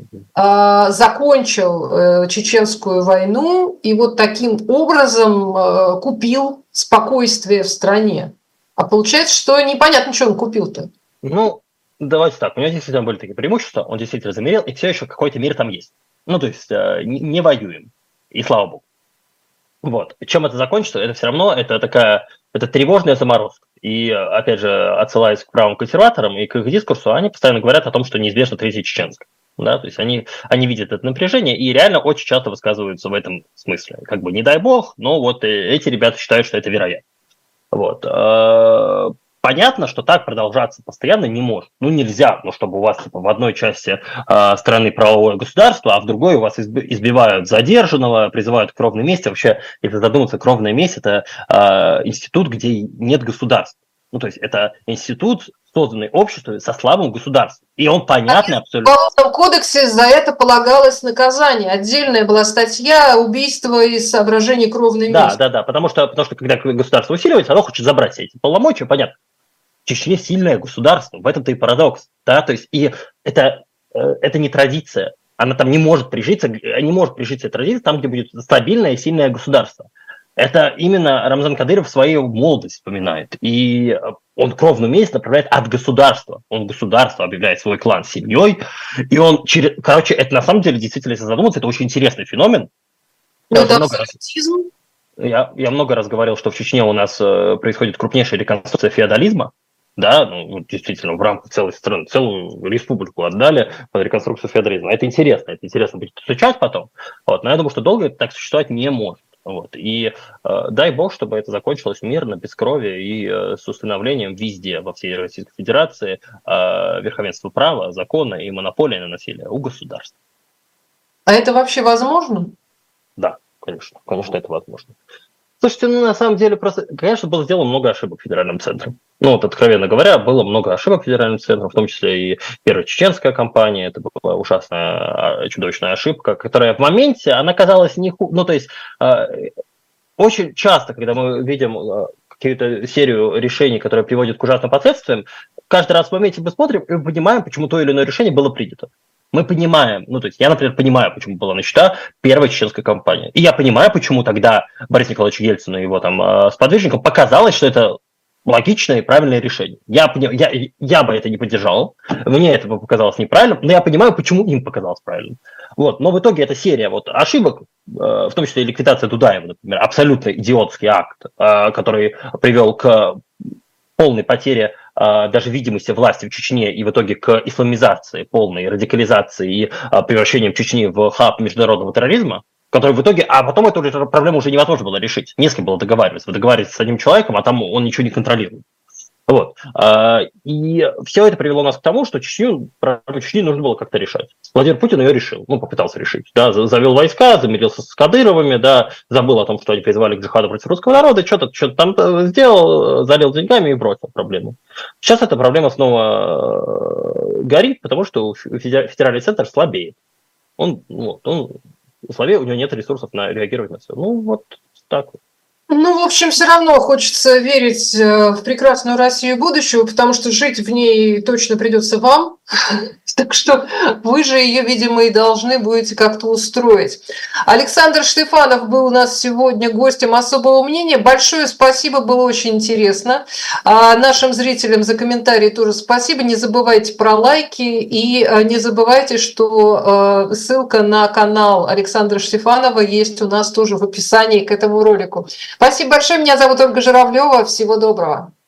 закончил чеченскую войну и вот таким образом купил спокойствие в стране. А получается, что непонятно, что он купил-то. Ну, давайте так. У него действительно были такие преимущества, он действительно замерил, и все еще какой-то мир там есть. Ну, то есть не, не воюем. И слава богу. Вот. Чем это закончится, это все равно это такая это тревожная заморозка. И, опять же, отсылаясь к правым консерваторам и к их дискурсу, они постоянно говорят о том, что неизбежно Третья Чеченская. Да, то есть они, они видят это напряжение и реально очень часто высказываются в этом смысле. Как бы не дай бог, но вот эти ребята считают, что это вероятно. Вот. Понятно, что так продолжаться постоянно не может. Ну, нельзя, ну, чтобы у вас типа, в одной части э, страны правовое государство, а в другой у вас избивают задержанного, призывают к кровной мести. Вообще, если задуматься, кровная месть – это э, институт, где нет государства. Ну, то есть это институт, созданный обществом со слабым государством. И он понятный абсолютно. В Уголовном кодексе за это полагалось наказание. Отдельная была статья убийства из соображений кровной мести. Да, да, да, потому что, потому что когда государство усиливается, оно хочет забрать все эти полномочия, понятно. Чечня сильное государство, в этом-то и парадокс. Да? То есть, и это, это не традиция. Она там не может прижиться, не может прижиться традиция там, где будет стабильное и сильное государство. Это именно Рамзан Кадыров свою молодость вспоминает. И он кровную месть направляет от государства. Он государство объявляет свой клан семьей. И он через... Короче, это на самом деле, действительно, если задуматься, это очень интересный феномен. Я, это много раз... я, я много раз говорил, что в Чечне у нас происходит крупнейшая реконструкция феодализма. Да, ну, действительно, в рамках целой страны, целую республику отдали под реконструкцию феодализма. Это интересно, это интересно будет изучать потом. Вот, но я думаю, что долго это так существовать не может. Вот. И э, дай бог, чтобы это закончилось мирно, без крови и э, с установлением везде, во всей Российской Федерации, э, верховенства права, закона и монополии на насилие у государства. А это вообще возможно? Да, конечно, конечно, это возможно. Слушайте, ну на самом деле просто, конечно, было сделано много ошибок федеральным центром. Ну вот, откровенно говоря, было много ошибок федеральным центром, в том числе и первая чеченская кампания, это была ужасная, чудовищная ошибка, которая в моменте, она казалась не ху... Ну то есть, э, очень часто, когда мы видим э, какую-то серию решений, которые приводят к ужасным последствиям, каждый раз в моменте мы смотрим и понимаем, почему то или иное решение было принято. Мы понимаем, ну, то есть я, например, понимаю, почему была начата первая чеченская кампания. И я понимаю, почему тогда Борису Николаевичу Ельцину и его там э, сподвижникам показалось, что это логичное и правильное решение. Я, я, я бы это не поддержал, мне это показалось неправильным, но я понимаю, почему им показалось правильным. Вот. Но в итоге эта серия вот ошибок, э, в том числе и ликвидация Дудаева, например, абсолютно идиотский акт, э, который привел к полной потере э, даже видимости власти в Чечне и в итоге к исламизации, полной радикализации и э, превращению Чечни в хаб международного терроризма, который в итоге, а потом эту проблему уже невозможно было решить. Не с кем было договариваться. Вы договариваетесь с одним человеком, а там он ничего не контролирует. Вот. И все это привело нас к тому, что Чечню, проблему Чечни нужно было как-то решать. Владимир Путин ее решил, ну, попытался решить. Да, завел войска, замирился с Кадыровыми, да, забыл о том, что они призвали к джихаду против русского народа, что-то что там сделал, залил деньгами и бросил проблему. Сейчас эта проблема снова горит, потому что федеральный центр слабеет. Он, вот, он слабее, у него нет ресурсов на реагировать на все. Ну, вот так вот. Ну, в общем, все равно хочется верить в прекрасную Россию будущего, потому что жить в ней точно придется вам. Так что вы же ее, видимо, и должны будете как-то устроить. Александр Штефанов был у нас сегодня гостем особого мнения. Большое спасибо, было очень интересно. А нашим зрителям за комментарии тоже спасибо. Не забывайте про лайки и не забывайте, что ссылка на канал Александра Штефанова есть у нас тоже в описании к этому ролику. Спасибо большое. Меня зовут Ольга Журавлева. Всего доброго.